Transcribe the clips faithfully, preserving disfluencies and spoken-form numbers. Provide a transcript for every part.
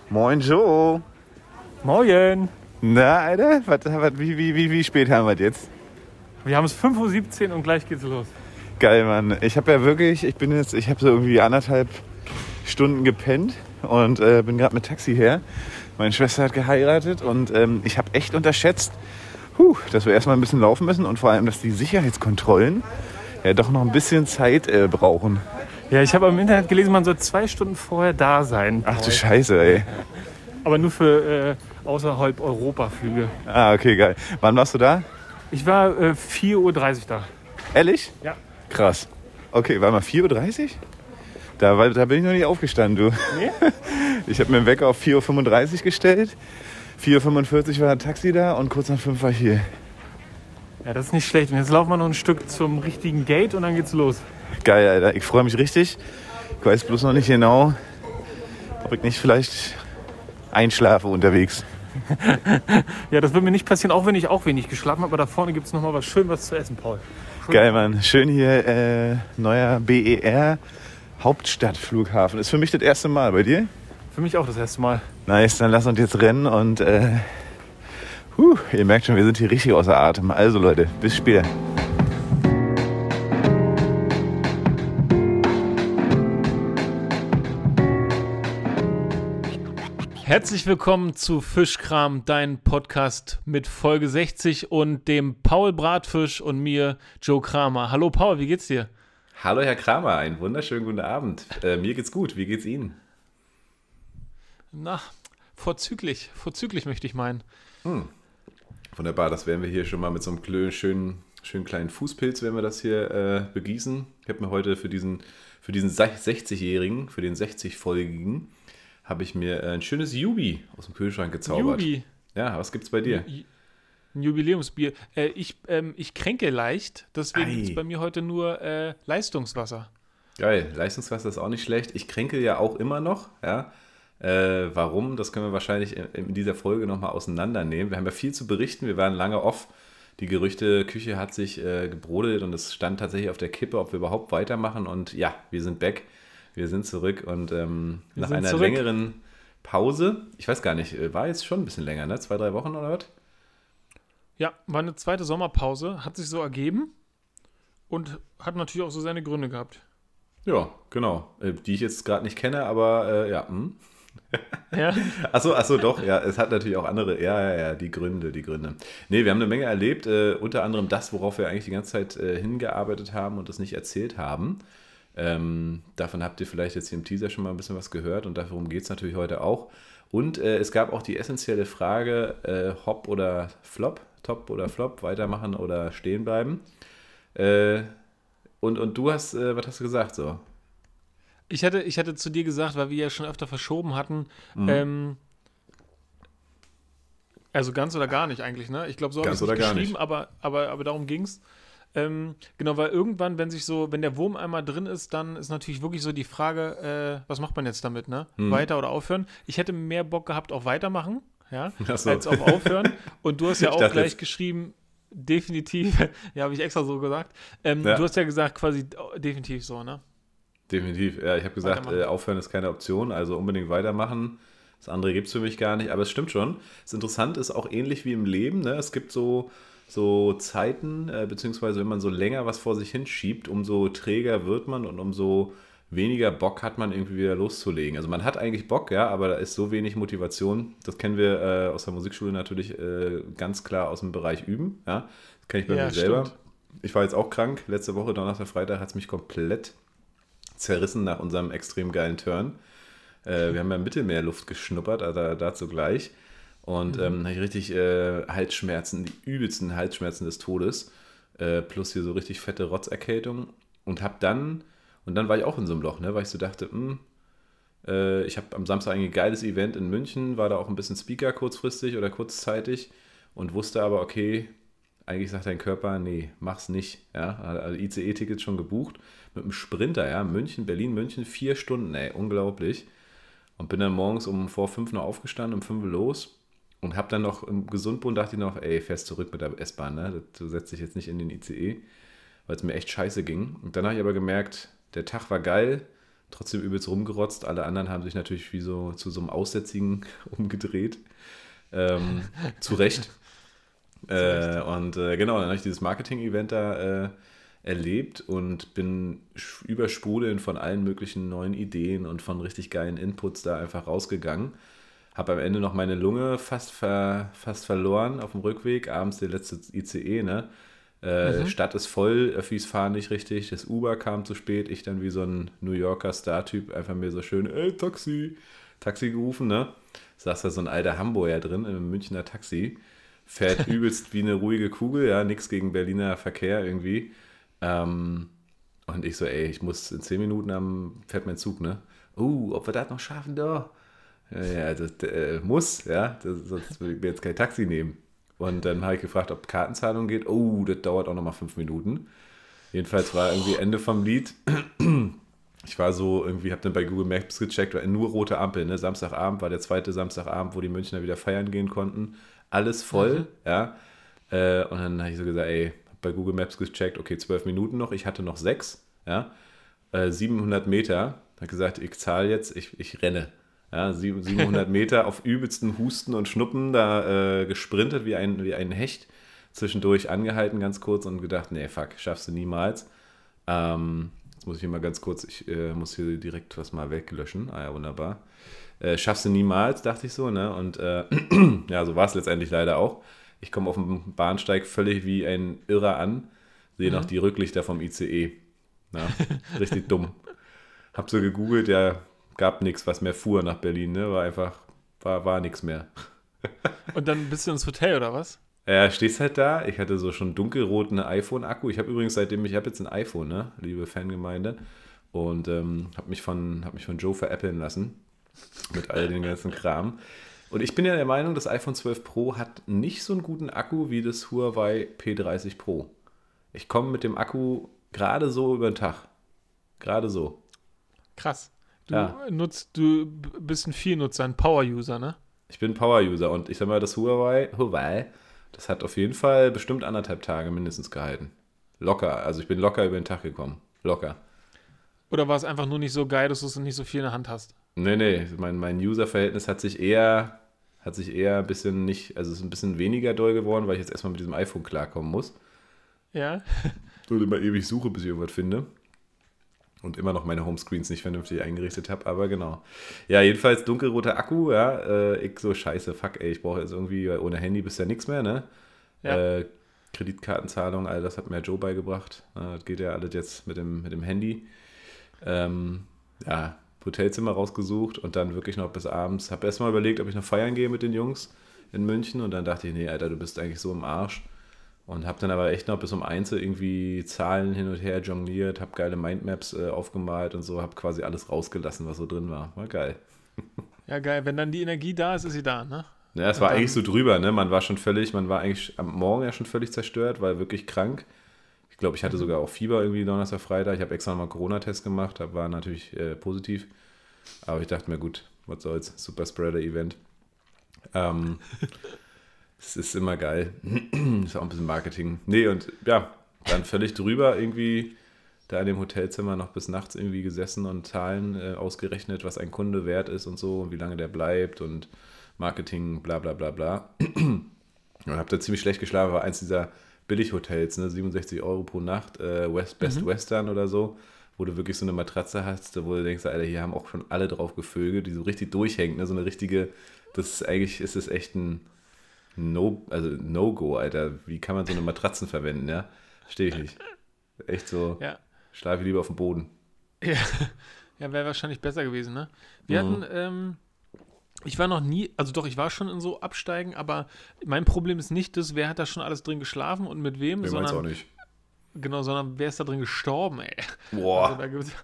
Moin Joe. Moin. Na, Alter, was, was, wie, wie, wie, wie spät haben wir das jetzt? Wir haben es fünf Uhr siebzehn und gleich geht's los. Geil, Mann. Ich habe ja wirklich, ich bin jetzt, ich habe so irgendwie anderthalb Stunden gepennt und äh, bin gerade mit Taxi her. Meine Schwester hat geheiratet und ähm, ich habe echt unterschätzt, huh, dass wir erstmal ein bisschen laufen müssen und vor allem, dass die Sicherheitskontrollen ja doch noch ein bisschen Zeit äh, brauchen. Ja, ich habe im Internet gelesen, man soll zwei Stunden vorher da sein. Ach du Scheiße, ey. Aber nur für äh, außerhalb Europa-Flüge. Ah, okay, geil. Wann warst du da? Ich war äh, vier Uhr dreißig da. Ehrlich? Ja. Krass. Okay, war mal vier Uhr dreißig? Da, war, da bin ich noch nicht aufgestanden, du. Nee? Ich habe mir den Wecker auf vier Uhr fünfunddreißig gestellt. vier Uhr fünfundvierzig war ein Taxi da und kurz nach fünf war ich hier. Ja, das ist nicht schlecht. Und jetzt laufen wir noch ein Stück zum richtigen Gate und dann geht's los. Geil, Alter. Ich freue mich richtig. Ich weiß bloß noch nicht genau, ob ich nicht vielleicht einschlafe unterwegs. Ja, das wird mir nicht passieren, auch wenn ich auch wenig geschlafen habe. Aber da vorne gibt es noch mal was schön was zu essen, Paul. Schön. Geil, Mann. Schön hier, äh, neuer B E R Hauptstadtflughafen. Ist für mich das erste Mal. Bei dir? Für mich auch das erste Mal. Nice, dann lass uns jetzt rennen und äh, huh, ihr merkt schon, wir sind hier richtig außer Atem. Also Leute, bis später. Herzlich willkommen zu Fischkram, dein Podcast mit Folge sechzig und dem Paul Bratfisch und mir, Joe Kramer. Hallo Paul, wie geht's dir? Hallo Herr Kramer, einen wunderschönen guten Abend. Äh, mir geht's gut, wie geht's Ihnen? Na, vorzüglich, vorzüglich möchte ich meinen. Hm. Wunderbar, das werden wir hier schon mal mit so einem schönen, schönen kleinen Fußpilz, werden wir das hier äh, begießen. Ich habe mir heute für diesen, für diesen sechzigjährigen, für den sechzig-folgigen, habe ich mir ein schönes Jubi aus dem Kühlschrank gezaubert. Jubi? Ja, was gibt's bei dir? Ein Jubiläumsbier. Äh, ich, ähm, ich kränke leicht, deswegen Ei. gibt es bei mir heute nur äh, Leistungswasser. Geil, Leistungswasser ist auch nicht schlecht. Ich kränke ja auch immer noch, ja. Äh, warum? Das können wir wahrscheinlich in, in dieser Folge nochmal auseinandernehmen. Wir haben ja viel zu berichten, wir waren lange off. Die Gerüchteküche hat sich äh, gebrodelt und es stand tatsächlich auf der Kippe, ob wir überhaupt weitermachen. Und ja, wir sind back. Wir sind zurück und ähm, Wir nach sind einer zurück. längeren Pause, ich weiß gar nicht, war jetzt schon ein bisschen länger, ne? Zwei, drei Wochen oder was? Ja, war eine zweite Sommerpause, hat sich so ergeben und hat natürlich auch so seine Gründe gehabt. Ja, genau. Äh, die ich jetzt gerade nicht kenne, aber äh, ja. Hm. Ja. Achso, achso, doch, ja, es hat natürlich auch andere, ja, ja, ja, die Gründe, die Gründe. Nee, wir haben eine Menge erlebt, äh, unter anderem das, worauf wir eigentlich die ganze Zeit äh, hingearbeitet haben und das nicht erzählt haben. Ähm, davon habt ihr vielleicht jetzt hier im Teaser schon mal ein bisschen was gehört und darum geht es natürlich heute auch. Und äh, es gab auch die essentielle Frage, äh, Hop oder Flop, Top oder Flop, weitermachen oder stehen bleiben. Äh, und, und du hast, äh, was hast du gesagt so? Ich hatte, ich hatte zu dir gesagt, weil wir ja schon öfter verschoben hatten, Mhm. ähm, also ganz oder gar nicht eigentlich, ne? Ich glaube, so habe ich Ganz es oder nicht gar geschrieben, nicht. aber, aber, aber darum ging es. Ähm, genau, weil irgendwann, wenn sich so, wenn der Wurm einmal drin ist, dann ist natürlich wirklich so die Frage, äh, was macht man jetzt damit, ne? Mhm. Weiter oder aufhören? Ich hätte mehr Bock gehabt auf weitermachen, ja, Ach so. als auf aufhören. Und du hast ja Ich auch dachte gleich jetzt- geschrieben, definitiv, ja, habe ich extra so gesagt. Ähm, Ja. Du hast ja gesagt, quasi oh, definitiv so, ne? Definitiv. Ja, ich habe gesagt, Weitermachen. äh, aufhören ist keine Option, also unbedingt weitermachen. Das andere gibt es für mich gar nicht, aber es stimmt schon. Das Interessante ist auch ähnlich wie im Leben. Ne? Es gibt so, so Zeiten, äh, beziehungsweise wenn man so länger was vor sich hinschiebt, umso träger wird man und umso weniger Bock hat man irgendwie wieder loszulegen. Also man hat eigentlich Bock, ja, aber da ist so wenig Motivation. Das kennen wir äh, aus der Musikschule natürlich äh, ganz klar aus dem Bereich Üben. Ja? Das kenne ich bei Ja, mir selber. stimmt. Ich war jetzt auch krank. Letzte Woche, Donnerstag, Freitag, hat es mich komplett zerrissen nach unserem extrem geilen Turn. Äh, wir haben ja Mittelmeerluft geschnuppert, also dazu gleich. Und ähm, hatte ich richtig äh, Halsschmerzen, die übelsten Halsschmerzen des Todes. Äh, plus hier so richtig fette Rotzerkältung. Und hab dann, und dann war ich auch in so einem Loch, ne, weil ich so dachte, mh, äh, ich habe am Samstag eigentlich ein geiles Event in München, war da auch ein bisschen Speaker kurzfristig oder kurzzeitig und wusste aber, okay, eigentlich sagt dein Körper, nee, mach's nicht. Ja? Also I C E-Tickets schon gebucht. Mit einem Sprinter, ja, München, Berlin, München, vier Stunden, ey, unglaublich. Und bin dann morgens um vor fünf noch aufgestanden, um fünf los und hab dann noch im Gesundbund, dachte ich noch, ey, fährst zurück mit der S-Bahn, ne? Du setzt dich jetzt nicht in den I C E, weil es mir echt scheiße ging. Und dann habe ich aber gemerkt, der Tag war geil, trotzdem übelst rumgerotzt. Alle anderen haben sich natürlich wie so zu so einem Aussätzigen umgedreht. Ähm, zu Recht. Äh, und äh, genau, dann habe ich dieses Marketing-Event da äh, erlebt und bin sch- übersprudelnd von allen möglichen neuen Ideen und von richtig geilen Inputs da einfach rausgegangen. Habe am Ende noch meine Lunge fast, ver, fast verloren auf dem Rückweg, abends der letzte I C E, ne? Äh, Mhm. Stadt ist voll, Öffis fahren nicht richtig, das Uber kam zu spät, ich dann wie so ein New Yorker Star-Typ einfach mir so schön, ey, Taxi, Taxi gerufen, ne? Saß da so ein alter Hamburger drin im Münchner Taxi, fährt übelst wie eine ruhige Kugel, ja, nix gegen Berliner Verkehr irgendwie. Ähm, und ich so, ey, ich muss in zehn Minuten am, fährt mein Zug, ne? Uh, ob wir das noch schaffen, da? Ja, ja, das äh, muss, ja, das, sonst würde ich mir jetzt kein Taxi nehmen. Und dann habe ich gefragt, ob Kartenzahlung geht. Oh, das dauert auch nochmal fünf Minuten. Jedenfalls war irgendwie Ende vom Lied. Ich war so irgendwie, habe dann bei Google Maps gecheckt, war nur rote Ampel. Ne? Samstagabend war der zweite Samstagabend, wo die Münchner wieder feiern gehen konnten. Alles voll, Mhm. ja. Äh, und dann habe ich so gesagt, ey, hab bei Google Maps gecheckt, okay, zwölf Minuten noch. Ich hatte noch sechs, ja. Äh, siebenhundert Meter. Habe gesagt, ich zahle jetzt, ich, ich renne. Ja, sieb- siebenhundert Meter auf übelsten Husten und Schnuppen da äh, gesprintet wie ein, wie ein Hecht. Zwischendurch angehalten ganz kurz und gedacht, nee, fuck, schaffst du niemals. Ähm, jetzt muss ich hier mal ganz kurz, ich äh, muss hier direkt was mal weglöschen. Ah ja, wunderbar. Äh, schaffst du niemals, dachte ich so, ne? Und äh, ja, so war es letztendlich leider auch. Ich komme auf dem Bahnsteig völlig wie ein Irrer an, sehe noch Mhm. die Rücklichter vom I C E. Ja, richtig dumm. Hab so gegoogelt, ja, gab nichts, was mehr fuhr nach Berlin, ne? War einfach, war, war nichts mehr. Und dann bist du ins Hotel, oder was? Ja, stehst halt da. Ich hatte so schon dunkelroten iPhone-Akku. Ich habe übrigens seitdem, ich habe jetzt ein iPhone, ne, liebe Fangemeinde. Und ähm, habe mich, von- hab mich von Joe veräppeln lassen. Mit all den ganzen Kram. Und ich bin ja der Meinung, das iPhone zwölf Pro hat nicht so einen guten Akku wie das Huawei P dreißig Pro. Ich komme mit dem Akku gerade so über den Tag. Gerade so. Krass. Du Ja. nutzt, du b- bist ein Vielnutzer, ein Power-User, ne? Ich bin Power-User und ich sag mal, das Huawei, Huawei, das hat auf jeden Fall bestimmt anderthalb Tage mindestens gehalten. Locker. Also ich bin locker über den Tag gekommen. Locker. Oder war es einfach nur nicht so geil, dass du es nicht so viel in der Hand hast? Nee, nee, mein, mein User-Verhältnis hat sich eher, hat sich eher ein bisschen nicht, also es ist ein bisschen weniger doll geworden, weil ich jetzt erstmal mit diesem iPhone klarkommen muss. Ja? Und immer ewig suche, bis ich irgendwas finde. Und immer noch meine Homescreens nicht vernünftig eingerichtet habe, aber genau. Ja, jedenfalls dunkelroter Akku, ja. Äh, ich so, scheiße, fuck, ey, ich brauche jetzt irgendwie, weil ohne Handy bist ja nichts mehr, ne? Ja. Äh, Kreditkartenzahlung, all das hat mir Joe beigebracht. Ja, das geht ja alles jetzt mit dem, mit dem Handy. Ähm, ja, Hotelzimmer rausgesucht und dann wirklich noch bis abends. Habe erstmal überlegt, ob ich noch feiern gehe mit den Jungs in München und dann dachte ich, nee, Alter, du bist eigentlich so im Arsch. Und habe dann aber echt noch bis um eins irgendwie Zahlen hin und her jongliert, habe geile Mindmaps äh, aufgemalt und so, habe quasi alles rausgelassen, was so drin war. War geil. Ja, geil. Wenn dann die Energie da ist, ist sie da, ne? Ja, es Und war dann- eigentlich so drüber, ne? Man war schon völlig, man war eigentlich am Morgen ja schon völlig zerstört, war wirklich krank. Ich glaube, ich hatte sogar auch Fieber irgendwie Donnerstag, Freitag. Ich habe extra nochmal einen Corona-Test gemacht, hab- war natürlich äh, positiv. Aber ich dachte mir, gut, was soll's, Superspreader-Event. Ähm, es ist immer geil. Ist auch ein bisschen Marketing. Nee, und ja, dann völlig drüber irgendwie da in dem Hotelzimmer noch bis nachts irgendwie gesessen und Zahlen äh, ausgerechnet, was ein Kunde wert ist und so und wie lange der bleibt und Marketing, bla bla bla bla. Und habe da ziemlich schlecht geschlafen, war eins dieser Billighotels, ne, siebenundsechzig Euro pro Nacht, äh, West, Best Mhm. Western oder so, wo du wirklich so eine Matratze hast, wo du denkst, Alter, hier haben auch schon alle drauf gevögelt, die so richtig durchhängt, ne, so eine richtige, das ist eigentlich, ist es echt ein No, also No-Go, Alter. Wie kann man so eine Matratzen verwenden, ja? Verstehe ich nicht. Echt so, Ja. schlafe lieber auf dem Boden. Ja, ja wäre wahrscheinlich besser gewesen, ne? Wir Mhm. hatten, ähm, ich war noch nie, also doch, ich war schon in so Absteigen, aber mein Problem ist nicht das, wer hat da schon alles drin geschlafen und mit wem, Wer meint's auch sondern, nicht. genau, sondern wer ist da drin gestorben, ey. Also Boah. da gibt's,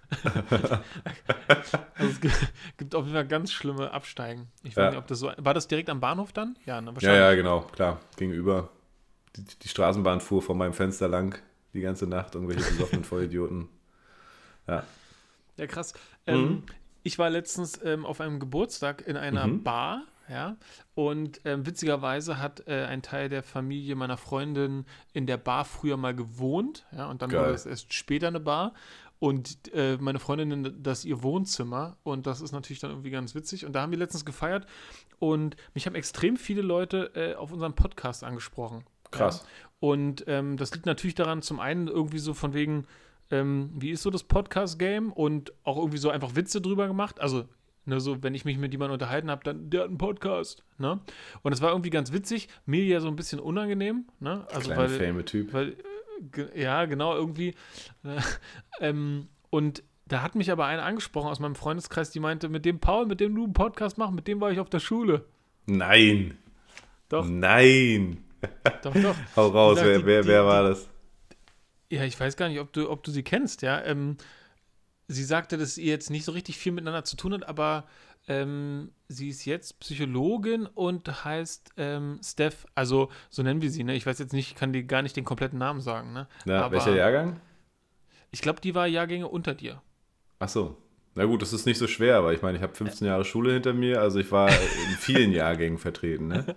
also es gibt, gibt auf jeden Fall ganz schlimme Absteigen. Ich weiß Ja. nicht, ob das so, war das direkt am Bahnhof dann? Ja, ne, Ja, wahrscheinlich. ja, genau, klar. Gegenüber. Die, die Straßenbahn fuhr vor meinem Fenster lang die ganze Nacht. Irgendwelche besoffenen Vollidioten. Ja. Ja, krass. Ähm, Mhm. Ich war letztens ähm, auf einem Geburtstag in einer Mhm. Bar, ja, und ähm, witzigerweise hat äh, ein Teil der Familie meiner Freundin in der Bar früher mal gewohnt, ja, und dann Geil. wurde es erst später eine Bar. und äh, meine Freundin nennt das ihr Wohnzimmer und das ist natürlich dann irgendwie ganz witzig. Und da haben wir letztens gefeiert und mich haben extrem viele Leute äh, auf unseren Podcast angesprochen. Krass. Ja? Und ähm, das liegt natürlich daran, zum einen irgendwie so von wegen, ähm, wie ist so das Podcast-Game und auch irgendwie so einfach Witze drüber gemacht. Also, ne, so, wenn ich mich mit jemandem unterhalten habe, dann, der hat einen Podcast, ne? Und es war irgendwie ganz witzig, mir ja so ein bisschen unangenehm, ne? Also, Kleiner weil, Fame-Typ. weil, ge- ja, genau, irgendwie. Äh, ähm, und da hat mich aber eine angesprochen aus meinem Freundeskreis, die meinte, mit dem Paul, mit dem du einen Podcast machst, mit dem war ich auf der Schule. Nein. Doch. Nein. Doch, doch. Hau raus, sagt, wer, die- wer, die- wer die- war das? Ja, ich weiß gar nicht, ob du, ob du sie kennst, ja. Ähm, sie sagte, dass ihr jetzt nicht so richtig viel miteinander zu tun hat, aber ähm, sie ist jetzt Psychologin und heißt ähm, Steph, also so nennen wir sie, ne? Ich weiß jetzt nicht, ich kann dir gar nicht den kompletten Namen sagen, ne? Na, aber welcher Jahrgang? ich glaube, die war Jahrgänge unter dir. Ach so. Na gut, das ist nicht so schwer, aber ich meine, ich habe fünfzehn Jahre Schule hinter mir, also ich war in vielen Jahrgängen vertreten, ne?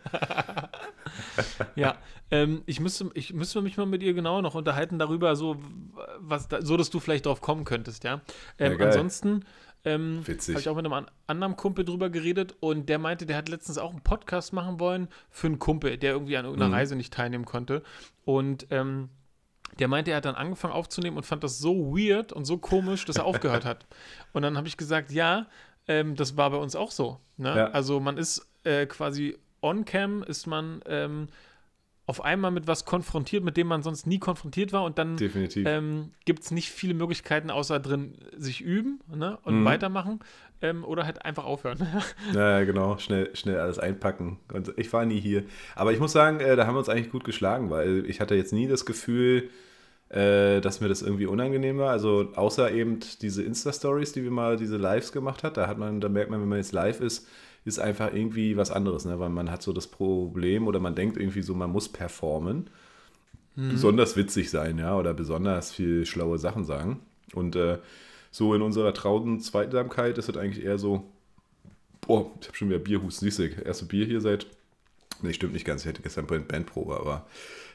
Ja, ähm, ich müsste, ich müsste mich mal mit ihr genau noch unterhalten darüber, so, was da, so dass du vielleicht drauf kommen könntest, ja. Ähm, Ja, geil. ansonsten ähm, Witzig. habe ich auch mit einem an, anderen Kumpel drüber geredet und der meinte, der hat letztens auch einen Podcast machen wollen für einen Kumpel, der irgendwie an irgendeiner Mhm. Reise nicht teilnehmen konnte. Und ähm, der meinte, er hat dann angefangen aufzunehmen und fand das so weird und so komisch, dass er aufgehört hat. Und dann habe ich gesagt, ja, ähm, das war bei uns auch so. Ne? Ja. Also man ist äh, quasi on-cam, ist man ähm, auf einmal mit was konfrontiert, mit dem man sonst nie konfrontiert war und dann Definitiv. ähm, gibt es nicht viele Möglichkeiten, außer drin sich üben, ne? Und Mhm. weitermachen ähm, oder halt einfach aufhören. Ja, genau, schnell, schnell alles einpacken. Und ich war nie hier. Aber ich muss sagen, äh, da haben wir uns eigentlich gut geschlagen, weil ich hatte jetzt nie das Gefühl, äh, dass mir das irgendwie unangenehm war. Also außer eben diese Insta-Stories, die wir mal, diese Lives gemacht hat, da hat man, da merkt man, wenn man jetzt live ist, ist einfach irgendwie was anderes, ne? Weil man hat so das Problem oder man denkt irgendwie so, man muss performen, besonders witzig sein, ja, oder besonders viel schlaue Sachen sagen. Und äh, so in unserer trauten Zweisamkeit ist es eigentlich eher so, boah, ich habe schon wieder Bierhusten, siehst du, erste Bier hier seit, nee, stimmt nicht ganz, ich hatte gestern Bandprobe, aber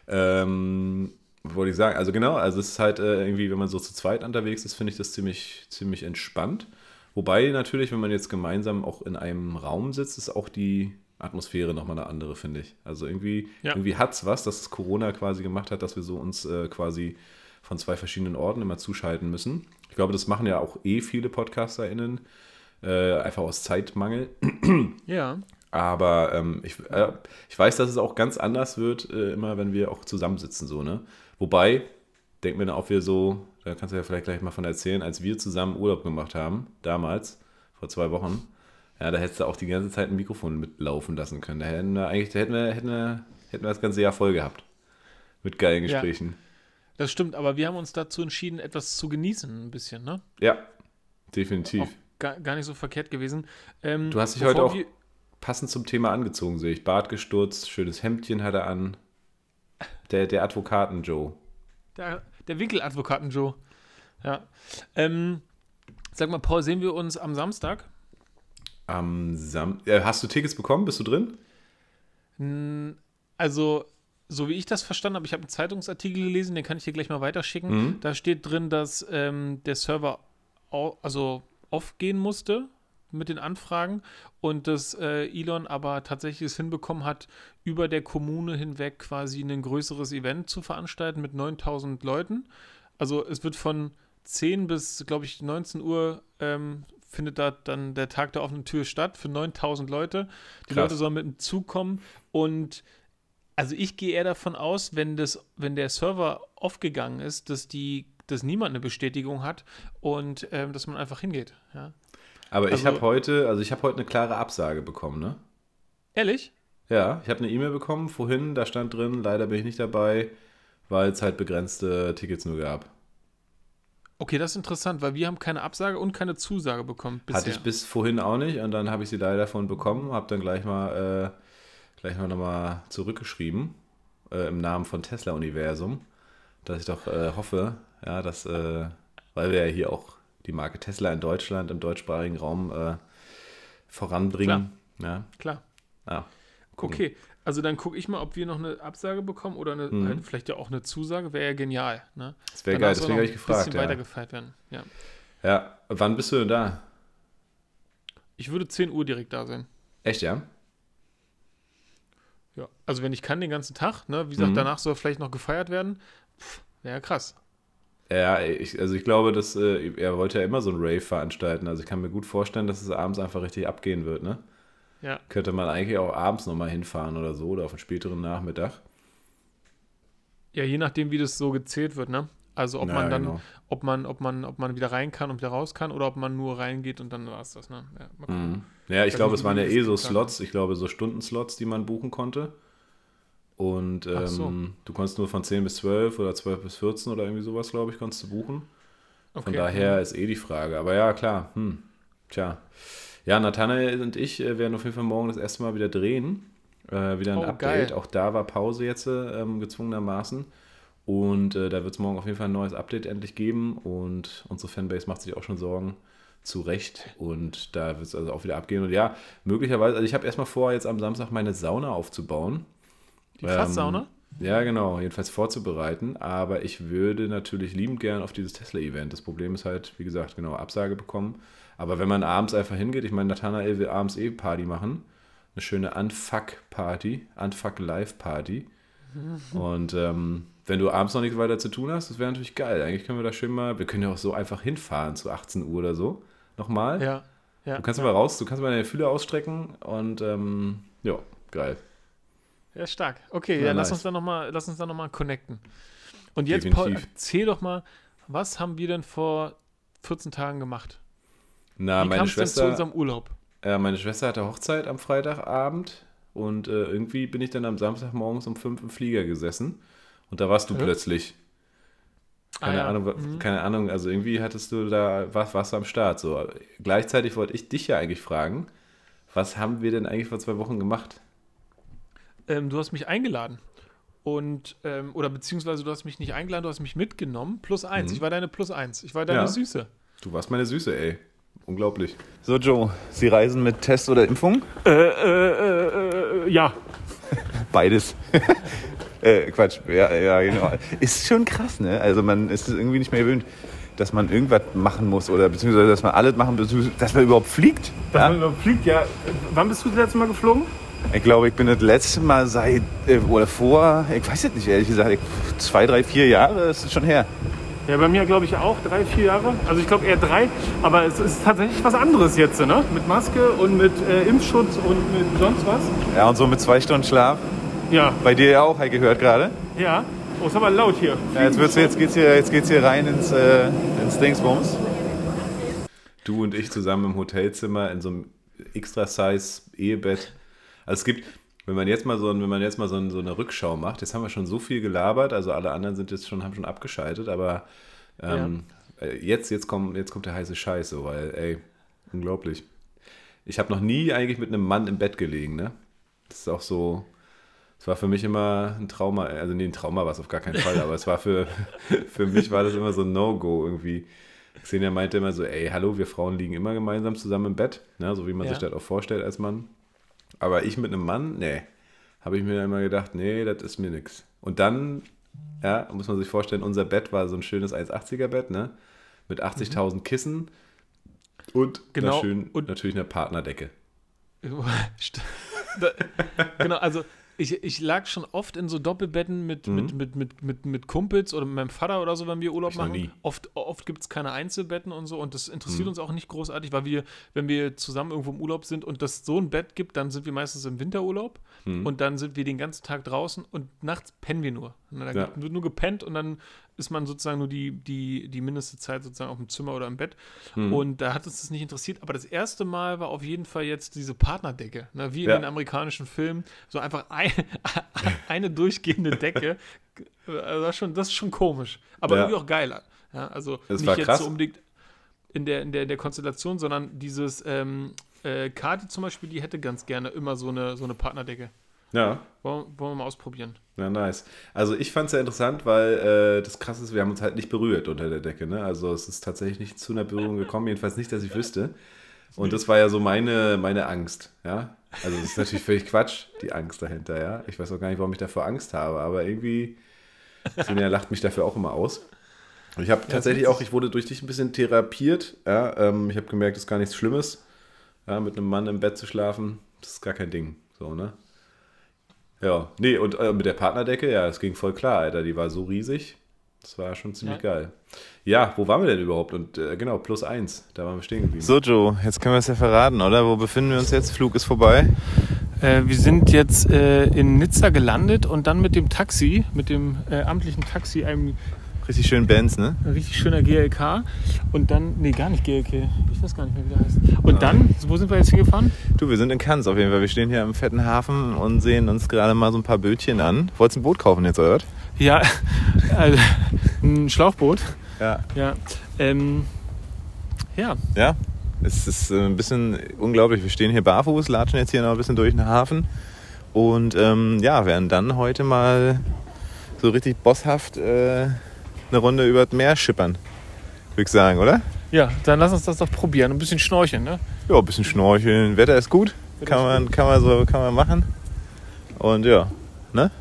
ähm, was wollte ich sagen, also genau, also es ist halt äh, irgendwie, wenn man so zu zweit unterwegs ist, finde ich das ziemlich, ziemlich entspannt. Wobei natürlich, wenn man jetzt gemeinsam auch in einem Raum sitzt, ist auch die Atmosphäre nochmal eine andere, finde ich. Also irgendwie, Ja. irgendwie hat es was, dass es Corona quasi gemacht hat, dass wir so uns äh, quasi von zwei verschiedenen Orten immer zuschalten müssen. Ich glaube, das machen ja auch eh viele PodcasterInnen, äh, einfach aus Zeitmangel. Ja. Aber ähm, ich, äh, ich weiß, dass es auch ganz anders wird, äh, immer wenn wir auch zusammensitzen, so, ne? Wobei, denken wir dann auch wieder so, da kannst du ja vielleicht gleich mal von erzählen, als wir zusammen Urlaub gemacht haben, damals, vor zwei Wochen, ja, da hättest du auch die ganze Zeit ein Mikrofon mitlaufen lassen können. Da hätten wir eigentlich, da hätten wir, hätten wir, hätten wir das ganze Jahr voll gehabt. Mit geilen Ja. Gesprächen. Das stimmt, aber wir haben uns dazu entschieden, etwas zu genießen, ein bisschen, ne? Ja, definitiv. Auch gar, gar nicht so verkehrt gewesen. Ähm, Du hast dich bevor heute auch wir- passend zum Thema angezogen, sehe ich. Bart gestutzt, schönes Hemdchen hat er an. Der, der Advokaten-Joe. Der, der Winkeladvokaten Joe. Ja. Ähm, sag mal, Paul, sehen wir uns am Samstag? Am Sam äh, hast du Tickets bekommen? Bist du drin? N- Also, so wie ich das verstanden habe, ich habe einen Zeitungsartikel gelesen, den kann ich dir gleich mal weiterschicken. Mhm. Da steht drin, dass ähm, der Server au- also off gehen musste mit den Anfragen und dass äh, Elon aber tatsächlich es hinbekommen hat, über der Kommune hinweg quasi ein größeres Event zu veranstalten mit neuntausend Leuten. Also es wird von zehn bis, glaube ich, neunzehn Uhr ähm, findet da dann der Tag der offenen Tür statt für neuntausend Leute. Die Krass. Leute sollen mit dem Zug kommen und also ich gehe eher davon aus, wenn, das, wenn der Server aufgegangen ist, dass, die, dass niemand eine Bestätigung hat und ähm, dass man einfach hingeht. Ja? Aber ich Also- habe heute, also ich habe heute eine klare Absage bekommen, ne? Ehrlich? Ja, ich habe eine E-Mail bekommen vorhin, da stand drin, leider bin ich nicht dabei, weil es halt begrenzte Tickets nur gab. Okay, das ist interessant, weil wir haben keine Absage und keine Zusage bekommen bisher. Hatte ich bis vorhin auch nicht und dann habe ich sie leider davon bekommen, habe dann gleich mal, äh, gleich mal nochmal zurückgeschrieben, äh, im Namen von Tesla-Universum, dass ich doch äh, hoffe, ja, dass, äh, weil wir ja hier auch die Marke Tesla in Deutschland, im deutschsprachigen Raum äh, voranbringen. Ja, Klar. ja. gucken. Okay, also dann gucke ich mal, ob wir noch eine Absage bekommen oder eine, Mhm. halt vielleicht ja auch eine Zusage. Wäre ja genial. Ne? Das wäre Danach geil, soll deswegen noch habe ich ein gefragt. bisschen Ja. weiter gefeiert werden. Ja. ja, wann bist du denn da? Ich würde zehn Uhr direkt da sein. Echt, ja? Ja. Also wenn ich kann den ganzen Tag, ne? Wie gesagt, Mhm. danach soll vielleicht noch gefeiert werden. Wäre ja krass. Ja, ich, also ich glaube, dass äh, er wollte ja immer so einen Rave veranstalten. Also ich kann mir gut vorstellen, dass es abends einfach richtig abgehen wird, ne? Ja. Könnte man eigentlich auch abends nochmal hinfahren oder so oder auf einen späteren Nachmittag. Ja, je nachdem, wie das so gezählt wird, ne? Also ob Ja, man dann, genau. ob man, ob man, ob man wieder rein kann und wieder raus kann oder ob man nur reingeht und dann war es das, ne? Ja, mal gucken. Mhm. Ja, ich Weiß glaube, nicht, es waren wie ja das eh so geplant Slots, ich glaube so Stundenslots, die man buchen konnte. Und Ach so. ähm, du konntest nur von zehn bis zwölf oder zwölf bis vierzehn oder irgendwie sowas, glaube ich, konntest du buchen. Von Okay. daher ist eh die Frage. Aber ja, klar. Hm. Tja. Ja, Nathanael und ich äh, werden auf jeden Fall morgen das erste Mal wieder drehen. Äh, wieder ein Oh, Update. geil. Auch da war Pause jetzt ähm, gezwungenermaßen. Und äh, da wird es morgen auf jeden Fall ein neues Update endlich geben. Und unsere Fanbase macht sich auch schon Sorgen. Zu Recht. Und da wird es also auch wieder abgehen. Und ja, möglicherweise, also ich habe erstmal vor, jetzt am Samstag meine Sauna aufzubauen. Die Fasssauna? Ähm, ja, genau, jedenfalls vorzubereiten. Aber ich würde natürlich liebend gern auf dieses Tesla-Event. Das Problem ist halt, wie gesagt, genau, Absage bekommen. Aber wenn man abends einfach hingeht, ich meine, Nathanael will abends eh Party machen. Eine schöne Unfuck-Party, Unfuck-Live-Party. Und ähm, wenn du abends noch nichts weiter zu tun hast, das wäre natürlich geil. Eigentlich können wir da schön mal, wir können ja auch so einfach hinfahren zu achtzehn Uhr oder so. Nochmal. Ja. ja. Du kannst mal raus, du kannst mal deine Fühler ausstrecken und ähm, ja, geil. Ja, stark. Okay, Ja, ja, lass nice. uns dann nochmal, lass uns dann noch mal connecten. Und jetzt, Paul, Definitiv. erzähl doch mal, was haben wir denn vor vierzehn Tagen gemacht? Na, Wie meine kam es denn zu Schwester, unserem Urlaub? äh, meine Schwester hatte Hochzeit am Freitagabend und äh, irgendwie bin ich dann am Samstag morgens um fünf im Flieger gesessen und da warst du Hä? plötzlich. Keine Ah, ja. Ahnung, wa- Mhm. keine Ahnung, also irgendwie hattest du da, was warst du am Start. So. Gleichzeitig wollte ich dich ja eigentlich fragen, was haben wir denn eigentlich vor zwei Wochen gemacht? Ähm, du hast mich eingeladen. Und, ähm, oder beziehungsweise du hast mich nicht eingeladen, du hast mich mitgenommen. Plus eins. Mhm. Ich war deine Plus eins. Ich war deine Ja. Süße. Du warst meine Süße, ey. Unglaublich. So, Joe, Sie reisen mit Test oder Impfung? Äh, äh, äh, äh, ja. Beides. äh, Quatsch, ja, ja, genau. Ist schon krass, ne? Also man ist es irgendwie nicht mehr gewöhnt, dass man irgendwas machen muss oder beziehungsweise, dass man alles machen, beziehungsweise, dass man überhaupt fliegt. Dass Ja? man überhaupt fliegt, ja. Wann bist du das letzte Mal geflogen? Ich glaube, ich bin das letzte Mal seit, äh, oder vor, ich weiß es nicht, ehrlich gesagt, ich, zwei, drei, vier Jahre ist es schon her. Ja, bei mir glaube ich auch drei, vier Jahre. Also ich glaube eher drei. Aber es ist tatsächlich was anderes jetzt, ne? Mit Maske und mit äh, Impfschutz und mit sonst was. Ja, und so mit zwei Stunden Schlaf. Ja. Bei dir ja auch, habe ich gehört gerade. Ja. Oh, ist aber laut hier. Ja, jetzt, wird's, jetzt, geht's hier, jetzt geht's hier rein ins, äh, ins Dingsbums. Du und ich zusammen im Hotelzimmer in so einem Extra-Size-Ehebett. Also es gibt, wenn man jetzt mal so, ein- wenn man jetzt mal so, ein, so eine Rückschau macht, jetzt haben wir schon so viel gelabert, also alle anderen sind jetzt schon, haben schon abgeschaltet, aber ähm, äh, jetzt, jetzt, kommt, jetzt kommt der heiße Scheiß so, weil, ey, unglaublich. Ich habe noch nie eigentlich mit einem Mann im Bett gelegen, ne? Das ist auch so, es war für mich immer ein Trauma, also nee, ein Trauma war es auf gar keinen Fall, aber es war für, für mich war das immer so ein No-Go irgendwie. Xenia meinte immer so, ey, hallo, wir Frauen liegen immer gemeinsam zusammen im Bett, ne, so wie man Ja. sich das auch vorstellt als Mann. Aber ich mit einem Mann, nee, habe ich mir immer gedacht, nee, das ist mir nix. Und dann, ja, muss man sich vorstellen, unser Bett war so ein schönes eins achtziger Bett, ne, mit achtzigtausend Kissen und, Genau, einer schön, und- natürlich einer Partnerdecke. St- da, genau, also ich, ich lag schon oft in so Doppelbetten mit, Mhm. mit, mit, mit, mit, mit Kumpels oder mit meinem Vater oder so, wenn wir Urlaub Ich noch machen. nie. Oft, oft gibt es keine Einzelbetten und so und das interessiert Mhm. uns auch nicht großartig, weil wir, wenn wir zusammen irgendwo im Urlaub sind und das so ein Bett gibt, dann sind wir meistens im Winterurlaub Mhm. und dann sind wir den ganzen Tag draußen und nachts pennen wir nur. Und da Ja. wird nur gepennt und dann ist man sozusagen nur die, die, die mindeste Zeit sozusagen auf dem Zimmer oder im Bett. Mhm. Und da hat uns das nicht interessiert. Aber das erste Mal war auf jeden Fall jetzt diese Partnerdecke. Ne? Wie in Ja. den amerikanischen Filmen. So einfach ein, eine durchgehende Decke. Also das, ist schon, das ist schon komisch. Aber Ja. irgendwie auch geiler. Ja, also Das nicht war jetzt krass. so unbedingt in der, in der, in der Konstellation, sondern dieses ähm, äh, Kati zum Beispiel, die hätte ganz gerne immer so eine, so eine Partnerdecke. Ja. Wollen, wollen wir mal ausprobieren. Ja, nice. Also ich fand es ja interessant, weil äh, das Krasse ist, wir haben uns halt nicht berührt unter der Decke. Ne? Also es ist tatsächlich nicht zu einer Berührung gekommen, jedenfalls nicht, dass ich wüsste. Und das war ja so meine, meine Angst, ja. Also das ist natürlich völlig Quatsch, die Angst dahinter, ja. Ich weiß auch gar nicht, warum ich dafür Angst habe, aber irgendwie, Sinja lacht mich dafür auch immer aus. Und ich habe tatsächlich auch, ich wurde durch dich ein bisschen therapiert, ja. Ähm, ich habe gemerkt, das ist gar nichts Schlimmes, ja, mit einem Mann im Bett zu schlafen, das ist gar kein Ding, so, ne. Ja, nee, und äh, mit der Partnerdecke, ja, es ging voll klar, Alter, die war so riesig, das war schon ziemlich ja. geil. Ja, wo waren wir denn überhaupt? Und äh, genau, plus eins, da waren wir stehen geblieben. So, Joe, jetzt können wir es ja verraten, oder? Wo befinden wir uns jetzt? Flug ist vorbei. Äh, wir sind jetzt äh, in Nizza gelandet und dann mit dem Taxi, mit dem äh, amtlichen Taxi, einem richtig schönen Benz, ne? Ein richtig schöner G L K. Und dann, nee, gar nicht G L K, ich weiß gar nicht mehr, wie der heißt. Und ah. dann, wo sind wir jetzt hingefahren? Du, wir sind in Cannes auf jeden Fall. Wir stehen hier am fetten Hafen und sehen uns gerade mal so ein paar Bötchen an. Wolltest du ein Boot kaufen jetzt, oder was? Ja, also, ein Schlauchboot. Ja. Ja. Ähm, ja. Ja, es ist ein bisschen unglaublich. Wir stehen hier barfuß, latschen jetzt hier noch ein bisschen durch den Hafen und ähm, ja, werden dann heute mal so richtig bosshaft äh, eine Runde über das Meer schippern, würde ich sagen, oder? Ja, dann lass uns das doch probieren. Ein bisschen schnorcheln, ne? Ja, ein bisschen schnorcheln. Wetter ist gut, Wetter kann, ist man, gut. kann man so kann man machen. Und ja, ne?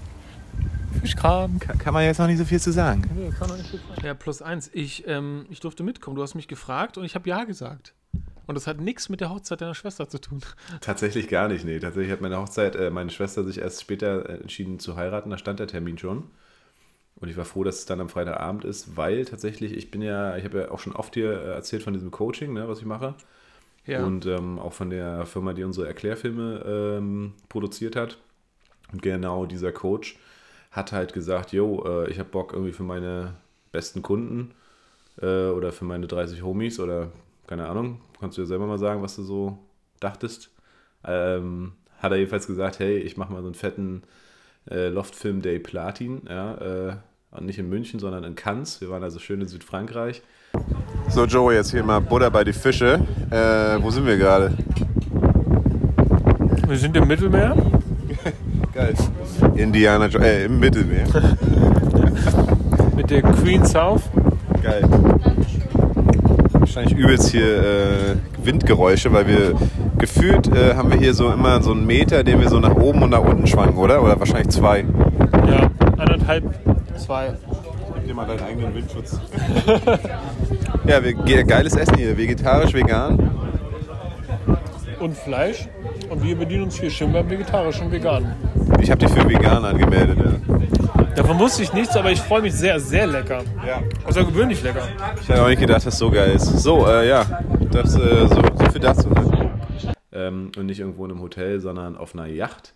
Fischkram. Kann, kann man jetzt noch nicht so viel zu sagen. Nee, kann noch nicht so viel. Ja, plus eins. Ich, ähm, ich durfte mitkommen. Du hast mich gefragt und ich habe ja gesagt. Und das hat nichts mit der Hochzeit deiner Schwester zu tun. Tatsächlich gar nicht, nee. Tatsächlich hat meine Hochzeit, äh, meine Schwester sich erst später entschieden zu heiraten. Da stand der Termin schon. Und ich war froh, dass es dann am Freitagabend ist, weil tatsächlich, ich bin ja, ich habe ja auch schon oft hier erzählt von diesem Coaching, ne, was ich mache. Ja. Und ähm, auch von der Firma, die unsere Erklärfilme ähm, produziert hat. Und genau dieser Coach hat halt gesagt, yo, äh, ich habe Bock irgendwie für meine besten Kunden äh, oder für meine dreißig Homies oder keine Ahnung, kannst du ja selber mal sagen, was du so dachtest. Ähm, hat er jedenfalls gesagt, hey, ich mache mal so einen fetten äh, Loftfilm Day Platin, ja, äh, und nicht in München, sondern in Cannes. Wir waren also schön in Südfrankreich. So, Joe, jetzt hier mal Butter bei die Fische. Äh, wo sind wir gerade? Wir sind im Mittelmeer. Geil. Indiana, äh, im Mittelmeer. Mit der Queen South. Geil. Wahrscheinlich übelst hier äh, Windgeräusche, weil wir gefühlt äh, haben wir hier so immer so einen Meter, den wir so nach oben und nach unten schwanken, oder? Oder wahrscheinlich zwei. Ja, anderthalb, zwei. Gib dir mal deinen eigenen Windschutz. Ja, wir, geiles Essen hier. Vegetarisch, vegan. Und Fleisch. Und wir bedienen uns hier schön beim Vegetarischen und Veganen. Ich habe dich für vegan angemeldet, ja. Davon wusste ich nichts, aber ich freue mich sehr, sehr lecker. Ja. Außergewöhnlich lecker. Ich hätte auch nicht gedacht, dass es so geil ist. So, äh, ja, das, äh, so, so viel dazu. Ne? Ähm, und nicht irgendwo in einem Hotel, sondern auf einer Yacht.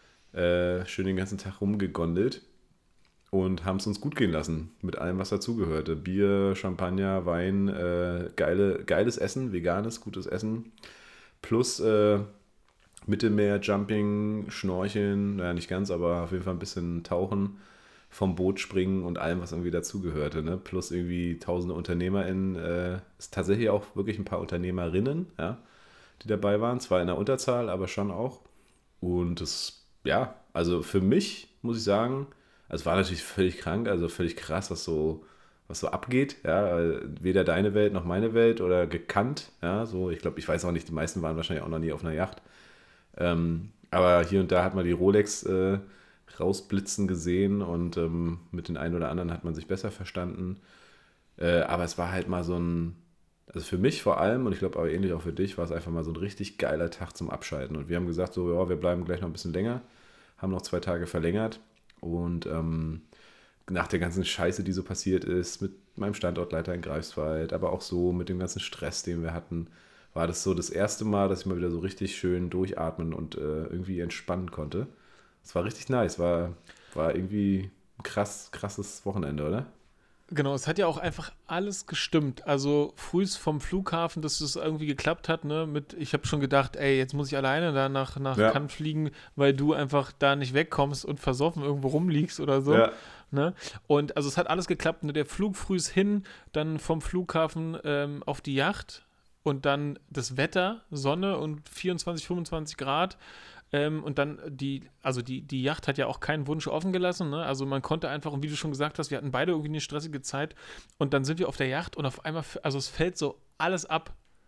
Äh, schön den ganzen Tag rumgegondelt und haben es uns gut gehen lassen. Mit allem, was dazugehörte. Bier, Champagner, Wein, äh, geile, geiles Essen, veganes, gutes Essen. Plus äh, Mittelmeer, Jumping, Schnorcheln, naja, nicht ganz, aber auf jeden Fall ein bisschen tauchen, vom Boot springen und allem, was irgendwie dazugehörte. Ne? Plus irgendwie tausende UnternehmerInnen, äh, ist tatsächlich auch wirklich ein paar Unternehmerinnen, ja, die dabei waren. Zwar in der Unterzahl, aber schon auch. Und das, ja, also für mich muss ich sagen, also es war natürlich völlig krank, also völlig krass, was so, was so abgeht. Ja, weder deine Welt noch meine Welt oder gekannt. Ja, so, ich glaube, ich weiß auch nicht, die meisten waren wahrscheinlich auch noch nie auf einer Yacht. Ähm, aber hier und da hat man die Rolex äh, rausblitzen gesehen und ähm, mit den einen oder anderen hat man sich besser verstanden. Äh, aber es war halt mal so ein, also für mich vor allem, und ich glaube aber ähnlich auch für dich, war es einfach mal so ein richtig geiler Tag zum Abschalten. Und wir haben gesagt, so, ja, wir bleiben gleich noch ein bisschen länger, haben noch zwei Tage verlängert und ähm, nach der ganzen Scheiße, die so passiert ist, mit meinem Standortleiter in Greifswald, aber auch so mit dem ganzen Stress, den wir hatten, war das so das erste Mal, dass ich mal wieder so richtig schön durchatmen und äh, irgendwie entspannen konnte. Es war richtig nice, war, war irgendwie ein krass, krasses Wochenende, oder? Genau, es hat ja auch einfach alles gestimmt. Also frühst vom Flughafen, dass es irgendwie geklappt hat, ne, mit, ich habe schon gedacht, ey, jetzt muss ich alleine da nach, nach ja. Cannes fliegen, weil du einfach da nicht wegkommst und versoffen irgendwo rumliegst oder so. Ja. Ne? Und also es hat alles geklappt. Ne? Der Flug frühs hin, dann vom Flughafen ähm, auf die Yacht und dann das Wetter, Sonne und vierundzwanzig, fünfundzwanzig Grad. Ähm, und dann die, also die, die Yacht hat ja auch keinen Wunsch offen gelassen, ne? Also man konnte einfach, und wie du schon gesagt hast, wir hatten beide irgendwie eine stressige Zeit und dann sind wir auf der Yacht und auf einmal, also es fällt so alles ab.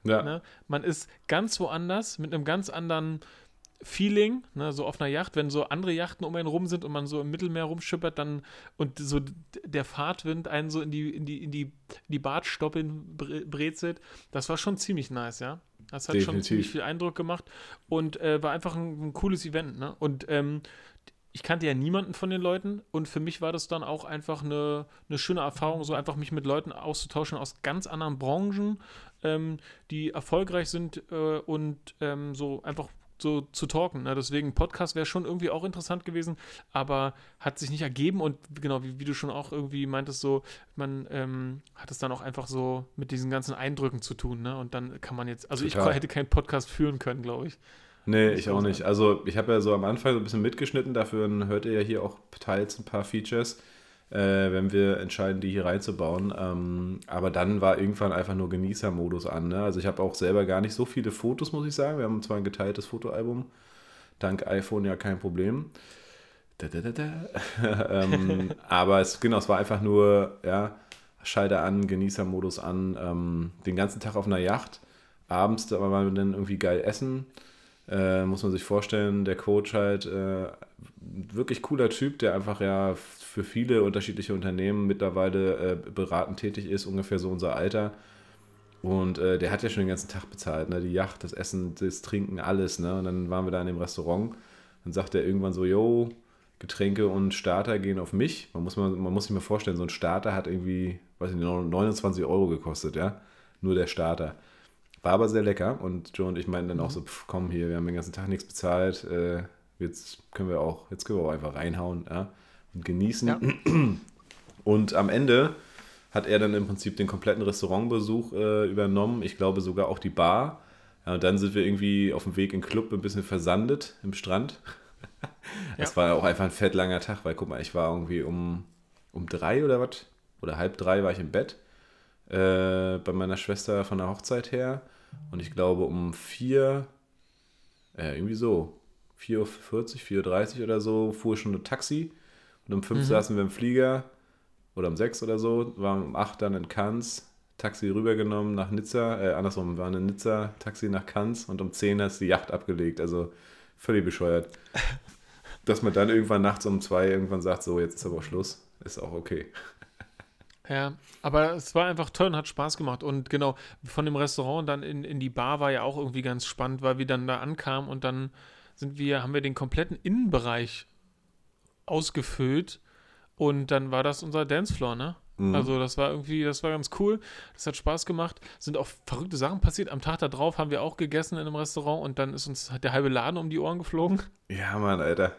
Ja. Ne? Man ist ganz woanders mit einem ganz anderen Feeling, ne? So auf einer Yacht, wenn so andere Yachten um einen rum sind und man so im Mittelmeer rumschippert, dann und so d- der Fahrtwind einen so in die, in die, in die, in die Bartstoppeln bre- brezelt, das war schon ziemlich nice, ja. Das hat schon Definitiv. ziemlich viel Eindruck gemacht und äh, war einfach ein, ein cooles Event, ne? Und ähm, ich kannte ja niemanden von den Leuten und für mich war das dann auch einfach eine, eine schöne Erfahrung, so einfach mich mit Leuten auszutauschen aus ganz anderen Branchen, ähm, die erfolgreich sind äh, und ähm, so einfach so zu talken. Ne? Deswegen Podcast wäre schon irgendwie auch interessant gewesen, aber hat sich nicht ergeben und genau, wie, wie du schon auch irgendwie meintest, so, man ähm, hat es dann auch einfach so mit diesen ganzen Eindrücken zu tun, ne? Und dann kann man jetzt, also ich Total. hätte keinen Podcast führen können, glaube ich. Nee, Muss ich auch auch sagen. nicht. Also ich habe ja so am Anfang so ein bisschen mitgeschnitten, dafür hört ihr ja hier auch teils ein paar Features, äh, wenn wir entscheiden, die hier reinzubauen. Ähm, aber dann war irgendwann einfach nur Genießermodus an. Ne? Also ich habe auch selber gar nicht so viele Fotos, muss ich sagen. Wir haben zwar ein geteiltes Fotoalbum, dank iPhone ja kein Problem. Da, da, da, da. ähm, aber es, genau, es war einfach nur, ja, Schalter an, Genießermodus an, ähm, den ganzen Tag auf einer Yacht. Abends da waren wir dann irgendwie geil essen. Äh, muss man sich vorstellen, der Coach halt, äh, wirklich cooler Typ, der einfach ja für viele unterschiedliche Unternehmen mittlerweile äh, beratend tätig ist, ungefähr so unser Alter. Und äh, der hat ja schon den ganzen Tag bezahlt, ne? Die Yacht, das Essen, das Trinken, alles, ne? Und dann waren wir da in dem Restaurant. Dann sagt er irgendwann so, yo, Getränke und Starter gehen auf mich. Man muss, man, man muss sich mal vorstellen, so ein Starter hat irgendwie, weiß ich nicht, neunundzwanzig Euro gekostet, ja? Nur der Starter. War aber sehr lecker und Joe und ich meinten dann auch so, pff, komm hier, wir haben den ganzen Tag nichts bezahlt, äh, jetzt können wir auch, jetzt können wir auch einfach reinhauen, ja, und genießen. Ja. Und am Ende hat er dann im Prinzip den kompletten Restaurantbesuch äh, übernommen, ich glaube sogar auch die Bar. Ja, und dann sind wir irgendwie auf dem Weg in den Club ein bisschen versandet im Strand. Das Ja. war ja auch einfach ein fett langer Tag, weil guck mal, ich war irgendwie um, um drei oder was, oder halb drei war ich im Bett äh, bei meiner Schwester von der Hochzeit her. Und ich glaube um vier, äh, irgendwie so, vier Uhr vierzig, vier Uhr dreißig oder so, fuhr schon ein Taxi. Und um fünf Mhm. saßen wir im Flieger. Oder um sechs oder so. Waren um acht dann in Cannes. Taxi rübergenommen nach Nizza. Äh, andersrum, wir waren in Nizza, Taxi nach Cannes. Und um zehn hat die Yacht abgelegt. Also völlig bescheuert. Dass man dann irgendwann nachts um zwei irgendwann sagt, so, jetzt ist aber Schluss. Ist auch okay. Ja, aber es war einfach toll und hat Spaß gemacht. Und genau, von dem Restaurant dann in, in die Bar war ja auch irgendwie ganz spannend, weil wir dann da ankamen und dann sind wir, haben wir den kompletten Innenbereich ausgefüllt und dann war das unser Dancefloor, ne? Mhm. Also das war irgendwie, das war ganz cool. Das hat Spaß gemacht. Sind auch verrückte Sachen passiert. Am Tag darauf haben wir auch gegessen in einem Restaurant und dann ist uns hat der halbe Laden um die Ohren geflogen. Ja, Mann, Alter.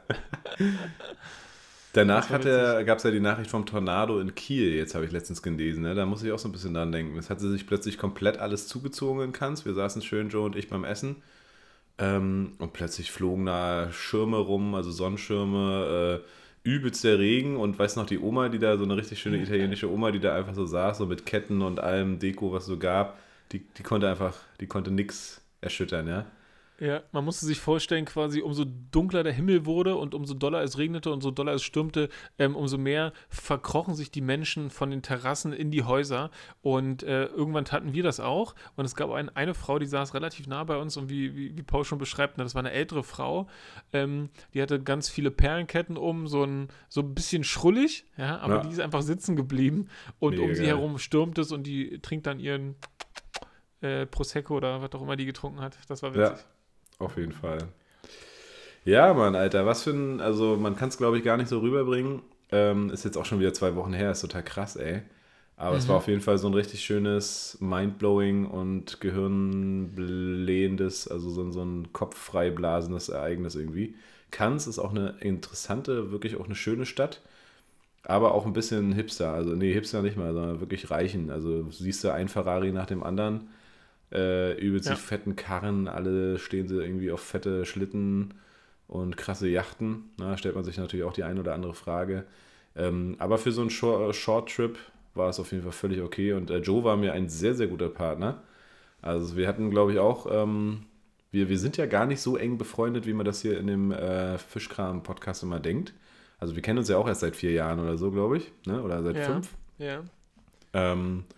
Danach Das war gab es ja die Nachricht vom Tornado in Kiel, jetzt habe ich letztens gelesen. Ne? Da muss ich auch so ein bisschen dran denken. Es hatte sich plötzlich komplett alles zugezogen in Cannes. Wir saßen schön, Joe und ich, beim Essen. Ähm, und plötzlich flogen da Schirme rum, also Sonnenschirme, äh, übelst der Regen. Und weiß noch, die Oma, die da, so eine richtig schöne italienische Oma, die da einfach so saß, so mit Ketten und allem Deko, was es so gab, die, die konnte einfach, die konnte nix erschüttern, ja. Ja, man musste sich vorstellen, quasi umso dunkler der Himmel wurde und umso doller es regnete und so doller es stürmte, ähm, umso mehr verkrochen sich die Menschen von den Terrassen in die Häuser und äh, irgendwann taten wir das auch und es gab ein, eine Frau, die saß relativ nah bei uns und wie, wie, wie Paul schon beschreibt, ne, das war eine ältere Frau, ähm, die hatte ganz viele Perlenketten um, so ein, so ein bisschen schrullig, ja, aber Ja. die ist einfach sitzen geblieben und Mega um sie geil. herum stürmt es und die trinkt dann ihren äh, Prosecco oder was auch immer die getrunken hat. Das war witzig. Ja. Auf jeden Fall. Ja, Mann, Alter, was für ein, also man kann es, glaube ich, gar nicht so rüberbringen. Ähm, ist jetzt auch schon wieder zwei Wochen her, ist total krass, ey. Aber es war auf jeden Fall so ein richtig schönes, mindblowing und gehirnblähendes, also so, so ein kopffreiblasendes Ereignis irgendwie. Cannes ist auch eine interessante, wirklich auch eine schöne Stadt, aber auch ein bisschen Hipster. Also, nee, Hipster nicht mal, sondern wirklich Reichen. Also siehst du ein Ferrari nach dem anderen. Äh, übelst Ja. die fetten Karren, alle stehen sie irgendwie auf fette Schlitten und krasse Yachten. Na, stellt man sich natürlich auch die eine oder andere Frage. Ähm, aber für so einen Short- Short-Trip war es auf jeden Fall völlig okay. Und äh, Joe war mir ein sehr, sehr guter Partner. Also wir hatten, glaube ich, auch, ähm, wir, wir sind ja gar nicht so eng befreundet, wie man das hier in dem äh, Fischkram-Podcast immer denkt. Also wir kennen uns ja auch erst seit vier Jahren oder so, glaube ich. Ne? Oder seit Ja. fünf. Ja. Ähm,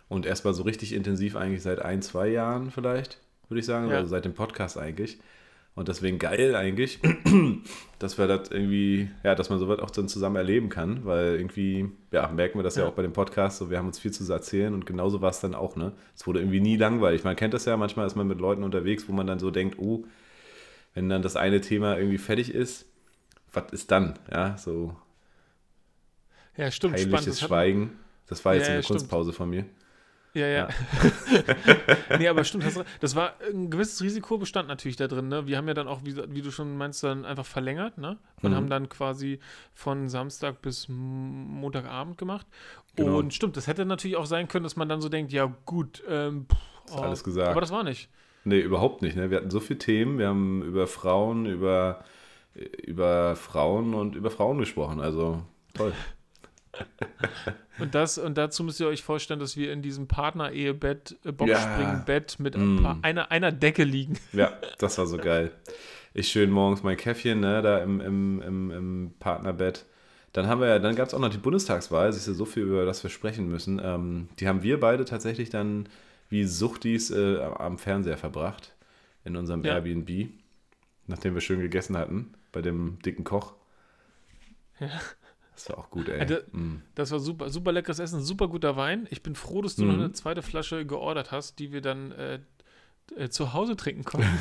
Und erstmal so richtig intensiv eigentlich seit ein, zwei Jahren vielleicht, würde ich sagen. Ja. Also seit dem Podcast eigentlich. Und deswegen geil eigentlich, dass wir das irgendwie, ja, dass man sowas auch dann zusammen erleben kann, weil irgendwie, ja, merken wir das ja, Ja. auch bei dem Podcast, so wir haben uns viel zu erzählen und genauso war es dann auch, ne? Es wurde irgendwie nie langweilig. Man kennt das ja, manchmal ist man mit Leuten unterwegs, wo man dann so denkt, oh, wenn dann das eine Thema irgendwie fertig ist, was ist dann? Ja, so Ja, stimmt, spannend. peinliches Das hat- Schweigen. Das war jetzt Ja, so eine ja, stimmt. Kunstpause von mir. Ja, ja. Nee, aber stimmt, hast, recht. Das war ein gewisses Risiko bestand natürlich da drin. Ne? Wir haben ja dann auch, wie, wie du schon meinst, dann einfach verlängert, ne? Und Mhm. haben dann quasi von Samstag bis M- Montagabend gemacht. Genau. Und stimmt, das hätte natürlich auch sein können, dass man dann so denkt, ja gut, ähm, pff, Ist alles gesagt. Aber das war nicht. Nee, überhaupt nicht. Ne? Wir hatten so viele Themen. Wir haben über Frauen, über, über Frauen und über Frauen gesprochen. Also toll. Und das und dazu müsst ihr euch vorstellen, dass wir in diesem Partner-Ehebett, äh, Boxspringen-Bett mit ein Mm. paar, einer, einer Decke liegen. Ja, das war so geil. Ich schön morgens mein Käffchen, ne, da im, im, im, im Partnerbett. Dann haben wir ja, dann gab es auch noch die Bundestagswahl. Siehst du, so viel, über das wir sprechen müssen. Ähm, die haben wir beide tatsächlich dann wie Suchtis äh, am Fernseher verbracht. In unserem Ja. Airbnb. Nachdem wir schön gegessen hatten. Bei dem dicken Koch. Ja. Das war auch gut, ey. Ja, da- Mm. Das war super, super leckeres Essen, super guter Wein. Ich bin froh, dass du noch Mhm. eine zweite Flasche geordert hast, die wir dann äh, äh, zu Hause trinken konnten.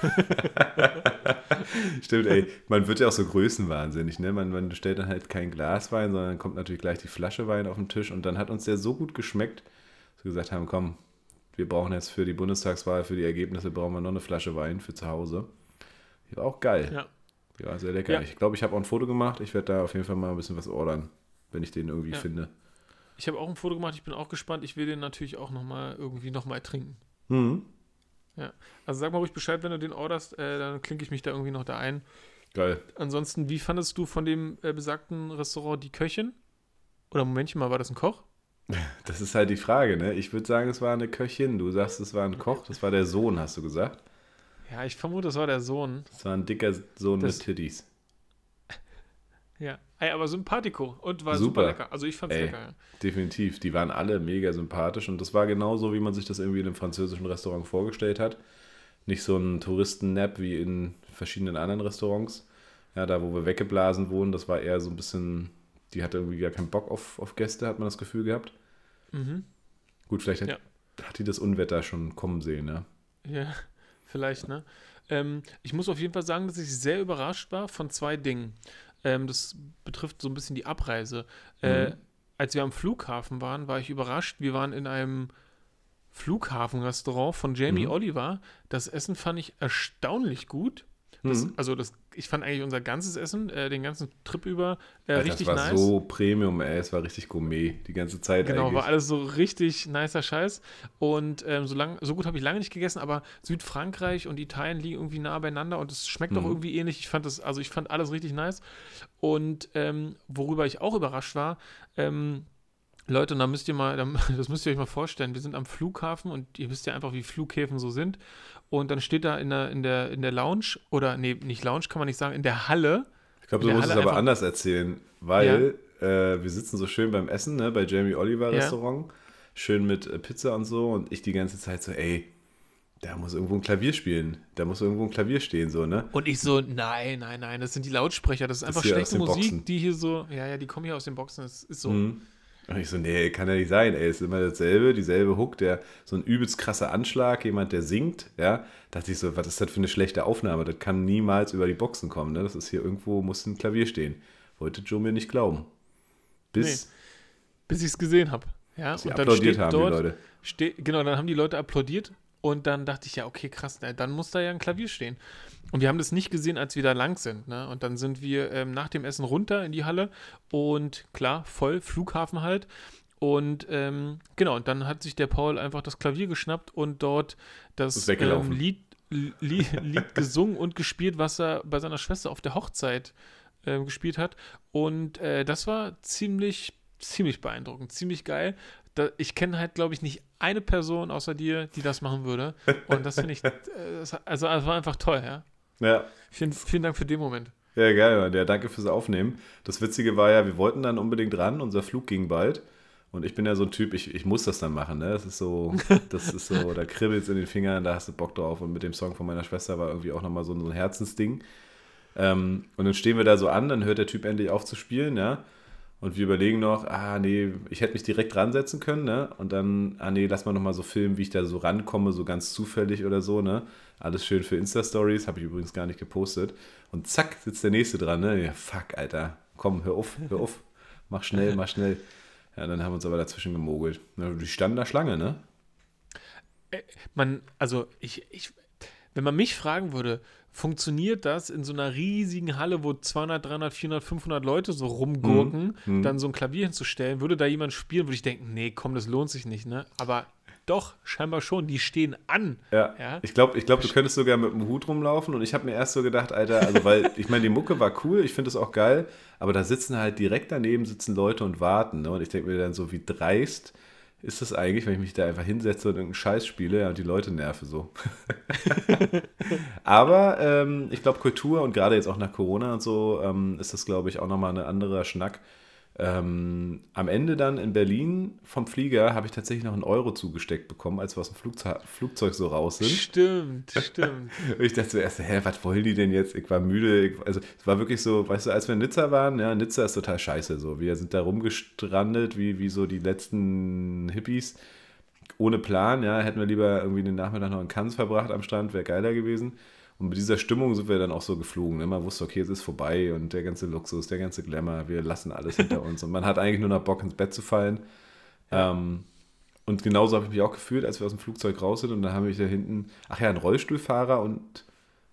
Stimmt, ey. Man wird ja auch so größenwahnsinnig, ne? Man, man bestellt dann halt kein Glas Wein, sondern kommt natürlich gleich die Flasche Wein auf den Tisch und dann hat uns der so gut geschmeckt, dass wir gesagt haben, komm, wir brauchen jetzt für die Bundestagswahl, für die Ergebnisse brauchen wir noch eine Flasche Wein für zu Hause. Die war auch geil. Ja. Die war sehr lecker. Ja. Ich glaube, ich habe auch ein Foto gemacht. Ich werde da auf jeden Fall mal ein bisschen was ordern, wenn ich den irgendwie Ja. finde. Ich habe auch ein Foto gemacht, ich bin auch gespannt. Ich will den natürlich auch nochmal irgendwie nochmal trinken. Mhm. Also sag mal ruhig Bescheid, wenn du den orderst, äh, dann klinke ich mich da irgendwie noch da ein. Geil. Ansonsten, wie fandest du von dem äh, besagten Restaurant die Köchin? Oder Momentchen mal, war das ein Koch? Das ist halt die Frage, ne? Ich würde sagen, es war eine Köchin. Du sagst, es war ein Koch. Das war der Sohn, hast du gesagt. Ja, ich vermute, das war der Sohn. Das war ein dicker Sohn Das- mit Titties. Ja, Ey, aber sympathico und war Super. super lecker. Also ich fand's Ey. lecker. Ja. Definitiv. Die waren alle mega sympathisch und das war genauso, wie man sich das irgendwie in einem französischen Restaurant vorgestellt hat. Nicht so ein Touristen-Nap wie in verschiedenen anderen Restaurants. Ja, da wo wir weggeblasen wurden, das war eher so ein bisschen, die hatte irgendwie gar keinen Bock auf, auf Gäste, hat man das Gefühl gehabt. Mhm. Gut, vielleicht hat, Ja. hat die das Unwetter schon kommen sehen, ne? Ja, vielleicht, ne? Ähm, ich muss auf jeden Fall sagen, dass ich sehr überrascht war von zwei Dingen. Ähm, das betrifft so ein bisschen die Abreise. Äh, Mhm. als wir am Flughafen waren, war ich überrascht. Wir waren in einem Flughafenrestaurant von Jamie Mhm. Oliver. Das Essen fand ich erstaunlich gut. Das, Mhm. Also das, ich fand eigentlich unser ganzes Essen, äh, den ganzen Trip über, äh, Alter, richtig das war nice. so Premium, ey. Es war richtig Gourmet die ganze Zeit Genau, eigentlich. war alles so richtig nicer Scheiß. Und ähm, so, lang, so gut habe ich lange nicht gegessen, aber Südfrankreich und Italien liegen irgendwie nah beieinander und es schmeckt doch Mhm. irgendwie ähnlich. Ich fand das, also ich fand alles richtig nice. Und ähm, worüber ich auch überrascht war, ähm, Leute, und da müsst ihr mal, da- das müsst ihr euch mal vorstellen, wir sind am Flughafen und ihr wisst ja einfach, wie Flughäfen so sind. Und dann steht da in der, in der, in der Lounge, oder nee, nicht Lounge kann man nicht sagen, in der Halle. Ich glaube, in du der musst es Halle aber einfach- anders erzählen, weil äh, wir sitzen so schön beim Essen, ne, bei Jamie Oliver Ja. Restaurant, schön mit äh, Pizza und so und ich die ganze Zeit so, ey, da muss irgendwo ein Klavier spielen, da muss irgendwo ein Klavier stehen, so, ne? Und ich so, nein, nein, nein, das sind die Lautsprecher, das ist einfach hier aus schlechte den Musik, Boxen. die hier so, ja, ja, die kommen hier aus den Boxen, das ist so. Mhm. Und ich so, nee, kann ja nicht sein, ey, ist immer dasselbe, dieselbe Hook, der, so ein übelst krasser Anschlag, jemand, der singt, ja, dachte ich so, was ist das für eine schlechte Aufnahme, das kann niemals über die Boxen kommen, ne, das ist hier irgendwo, muss ein Klavier stehen. Wollte Joe mir nicht glauben. Bis Bis ich es gesehen habe. Ja, sie und dann applaudiert steht haben, dort, die Leute. Ste genau, dann haben die Leute applaudiert und dann dachte ich, ja, okay, krass, na, dann muss da ja ein Klavier stehen. Und wir haben das nicht gesehen, als wir da lang sind. Ne? Und dann sind wir ähm, nach dem Essen runter in die Halle und klar, voll, Flughafen halt. Und ähm, genau, und dann hat sich der Paul einfach das Klavier geschnappt und dort das Ist weggelaufen. ähm, Lied, Lied, Lied gesungen und gespielt, was er bei seiner Schwester auf der Hochzeit ähm, gespielt hat. Und äh, das war ziemlich, ziemlich beeindruckend, ziemlich geil. Da, ich kenne halt, glaube ich, nicht eine Person außer dir, die das machen würde. Und das finde ich, äh, das, also es war einfach toll, ja. Ja, Vielen, vielen Dank für den Moment. ja, geil, Mann. Ja, danke fürs Aufnehmen. Das Witzige war ja, wir wollten dann unbedingt ran, unser Flug ging bald. Und ich bin ja so ein Typ, ich, ich muss das dann machen, ne? Das ist so, das ist so, da kribbelt's in den Fingern, da hast du Bock drauf. Und mit dem Song von meiner Schwester war irgendwie auch nochmal so, so ein Herzensding. Ähm, und dann stehen wir da so an, dann hört der Typ endlich auf zu spielen, ja. Und wir überlegen noch, ah nee, ich hätte mich direkt ransetzen können, ne? Und dann, ah nee, lass mal nochmal so filmen, wie ich da so rankomme, so ganz zufällig oder so, ne? Alles schön für Insta-Stories, habe ich übrigens gar nicht gepostet. Und zack, sitzt der Nächste dran, ne? Ja, fuck, Alter, komm, hör auf, hör auf, mach schnell, mach schnell. Ja, dann haben wir uns aber dazwischen gemogelt. Die standen da Schlange, ne? Man, also ich, ich, wenn man mich fragen würde, funktioniert das in so einer riesigen Halle, wo zweihundert, dreihundert, vierhundert, fünfhundert Leute so rumgurken, Mhm. dann so ein Klavier hinzustellen, würde da jemand spielen, würde ich denken, nee, komm, das lohnt sich nicht, ne? Aber doch, scheinbar schon, die stehen an. Ja, Ja? ich glaube, ich glaub, du könntest sogar mit dem Hut rumlaufen und ich habe mir erst so gedacht, Alter, also weil, ich meine, die Mucke war cool, ich finde es auch geil, aber da sitzen halt direkt daneben sitzen Leute und warten, ne? Und ich denke mir dann so, wie dreist ist das eigentlich, wenn ich mich da einfach hinsetze und irgendeinen Scheiß spiele, ja, und die Leute nerve so. Aber ähm, ich glaube, Kultur und gerade jetzt auch nach Corona und so ähm, ist das, glaube ich, auch nochmal ein anderer Schnack. Ähm, am Ende dann in Berlin vom Flieger habe ich tatsächlich noch einen Euro zugesteckt bekommen, als wir aus dem Flugzeug, Flugzeug so raus sind. Stimmt, stimmt. Und ich dachte zuerst, hä, was wollen die denn jetzt? Ich war müde. Ich, also es war wirklich so, weißt du, als wir in Nizza waren, ja, Nizza ist total scheiße. So. Wir sind da rumgestrandet, wie, wie so die letzten Hippies. Ohne Plan, ja, hätten wir lieber irgendwie den Nachmittag noch in Cannes verbracht am Strand, wäre geiler gewesen. Und mit dieser Stimmung sind wir dann auch so geflogen. Ne? Man wusste, okay, es ist vorbei und der ganze Luxus, der ganze Glamour, wir lassen alles hinter uns. Und man hat eigentlich nur noch Bock, ins Bett zu fallen. Ja. Ähm, und genauso habe ich mich auch gefühlt, als wir aus dem Flugzeug raus sind. Und dann habe ich da hinten, ach ja, einen Rollstuhlfahrer und,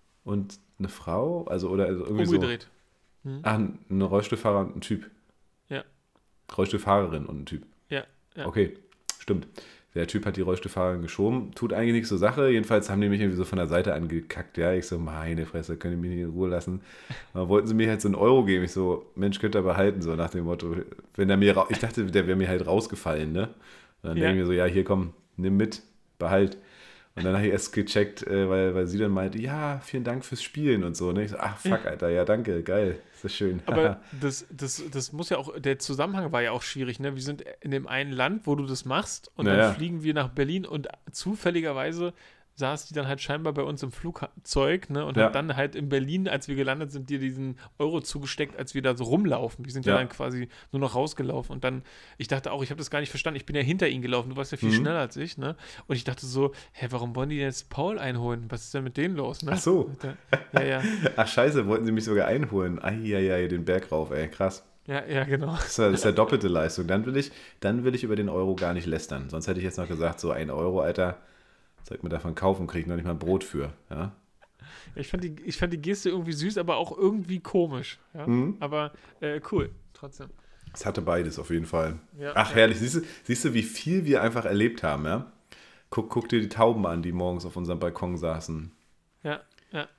und eine Frau, also oder also irgendwie Umgedreht. so. Hm. Ach, ein Rollstuhlfahrer und ein Typ. Ja. Rollstuhlfahrerin und ein Typ. Ja, ja. Okay, stimmt. Der Typ hat die Rollstuhlfahrerin geschoben, tut eigentlich nichts zur Sache. Jedenfalls haben die mich irgendwie so von der Seite angekackt. Ja, ich so, meine Fresse, können die mich nicht in Ruhe lassen. Dann wollten sie mir halt so einen Euro geben. Ich so, Mensch, könnt ihr behalten, so nach dem Motto, wenn er mir, ra- ich dachte, der wäre mir halt rausgefallen, ne? Und dann Ja. denke ich mir so, ja, hier komm, nimm mit, behalt. Und dann habe ich erst gecheckt, äh, weil, weil sie dann meinte, ja, vielen Dank fürs Spielen und so. Ne? Ich so, ach fuck, Alter, ja, danke, geil, ist das schön. Aber das, das, das muss ja auch, der Zusammenhang war ja auch schwierig, ne? Wir sind in dem einen Land, wo du das machst und Naja. dann fliegen wir nach Berlin und zufälligerweise saß die dann halt scheinbar bei uns im Flugzeug, ne? Und Ja. hat dann halt in Berlin, als wir gelandet sind, dir diesen Euro zugesteckt, als wir da so rumlaufen. Wir sind ja, Ja. dann quasi nur noch rausgelaufen und dann, ich dachte auch, ich habe das gar nicht verstanden, ich bin ja hinter ihnen gelaufen, du warst ja viel Mhm. schneller als ich, ne? Und ich dachte so, hä, warum wollen die denn jetzt Paul einholen? Was ist denn mit denen los, ne? Ach so. Ja, ja, Ach scheiße, wollten sie mich sogar einholen. Eieiei, den Berg rauf, ey, krass. ja, ja, genau. Das ist ja, das ist ja doppelte Leistung. Dann will, ich, dann will ich über den Euro gar nicht lästern. Sonst hätte ich jetzt noch gesagt, so ein Euro, Alter, soll ich mir davon kaufen, kriege ich noch nicht mal ein Brot für. Ja? Ich fand, die, ich fand die Geste irgendwie süß, aber auch irgendwie komisch. Ja? Mhm. Aber äh, cool, trotzdem. Es hatte beides auf jeden Fall. Ja, Ach, ja. herrlich. Siehst du, siehst du, wie viel wir einfach erlebt haben, ja? Guck, guck dir die Tauben an, die morgens auf unserem Balkon saßen. Ja, ja.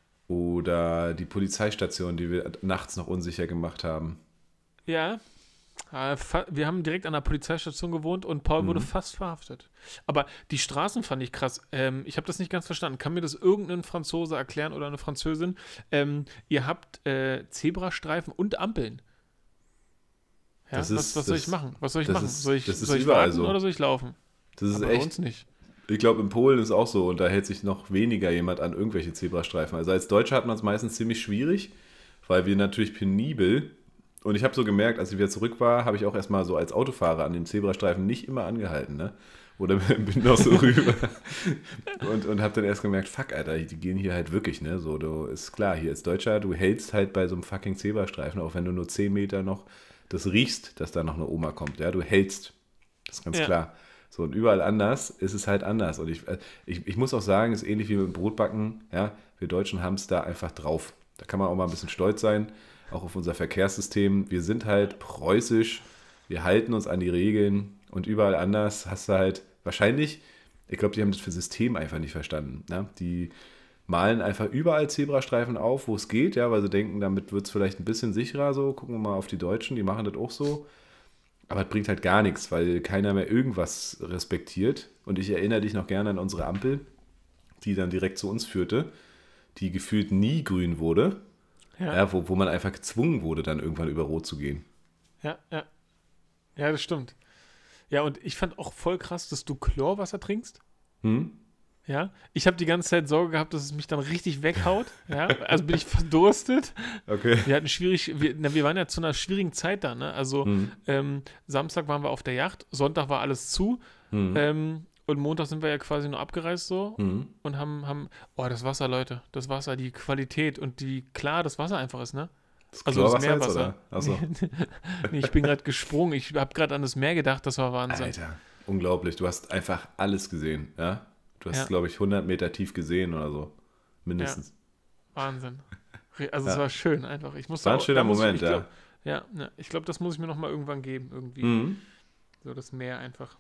Oder die Polizeistation, die wir nachts noch unsicher gemacht haben. Ja, äh, fa- wir haben direkt an der Polizeistation gewohnt und Paul wurde Mhm. fast verhaftet. Aber die Straßen fand ich krass. Ähm, ich habe das nicht ganz verstanden. Kann mir das irgendein Franzose erklären oder eine Französin? Ähm, ihr habt äh, Zebrastreifen und Ampeln. Ja, Das was, ist- was soll das- ich machen? Was soll ich das machen? ist- soll ich, das ist soll ich überall warten so. oder soll ich laufen? Das ist Aber bei echt. uns nicht. Ich glaube, in Polen ist es auch so und da hält sich noch weniger jemand an irgendwelche Zebrastreifen. Also als Deutscher hat man es meistens ziemlich schwierig, weil wir natürlich penibel und ich habe so gemerkt, als ich wieder zurück war, habe ich auch erstmal so als Autofahrer an den Zebrastreifen nicht immer angehalten, ne? Oder bin noch so rüber und, und habe dann erst gemerkt, fuck, Alter, die gehen hier halt wirklich, ne? So, du, ist klar, hier als Deutscher, du hältst halt bei so einem fucking Zebrastreifen, auch wenn du nur zehn Meter noch das riechst, dass da noch eine Oma kommt, ja? Du hältst, das ist ganz Ja. klar. So, und überall anders ist es halt anders. Und ich, äh, ich, ich muss auch sagen, es ist ähnlich wie mit dem Brotbacken. Ja, wir Deutschen haben es da einfach drauf. Da kann man auch mal ein bisschen stolz sein, auch auf unser Verkehrssystem. Wir sind halt preußisch, wir halten uns an die Regeln und überall anders hast du halt wahrscheinlich, ich glaube, die haben das für System einfach nicht verstanden. Ne? Die malen einfach überall Zebrastreifen auf, wo es geht, ja, weil sie denken, damit wird es vielleicht ein bisschen sicherer so. Gucken wir mal auf die Deutschen, die machen das auch so. Aber es bringt halt gar nichts, weil keiner mehr irgendwas respektiert. Und ich erinnere dich noch gerne an unsere Ampel, die dann direkt zu uns führte, die gefühlt nie grün wurde, Ja, ja, wo, wo man einfach gezwungen wurde, dann irgendwann über Rot zu gehen. ja, ja. Ja, das stimmt. Ja, und ich fand auch voll krass, dass du Chlorwasser trinkst. Hm? Ja, ich habe die ganze Zeit Sorge gehabt, dass es mich dann richtig weghaut. Ja, also bin ich verdurstet. Okay. Wir hatten schwierig, wir, na, wir waren ja zu einer schwierigen Zeit da, ne? Also Hm. ähm, Samstag waren wir auf der Yacht, Sonntag war alles zu Hm. ähm, und Montag sind wir ja quasi nur abgereist so Hm. und haben, haben, oh, das Wasser, Leute, das Wasser, die Qualität und wie klar das Wasser einfach ist, ne? Das Also das Chlorwasser jetzt, Meerwasser. oder? Achso. Nee, ich bin gerade gesprungen, ich habe gerade an das Meer gedacht, das war Wahnsinn. Alter, unglaublich. Du hast einfach alles gesehen, ja? Du hast, Ja. glaube ich, hundert Meter tief gesehen oder so. Mindestens. Wahnsinn. Re- Also Ja. es war schön einfach. Ich musste War ein auch- schöner da muss ich- Moment, ich ja. glaub, ja. Ja, ich glaube, das muss ich mir nochmal irgendwann geben, irgendwie. Mhm. So das Meer einfach.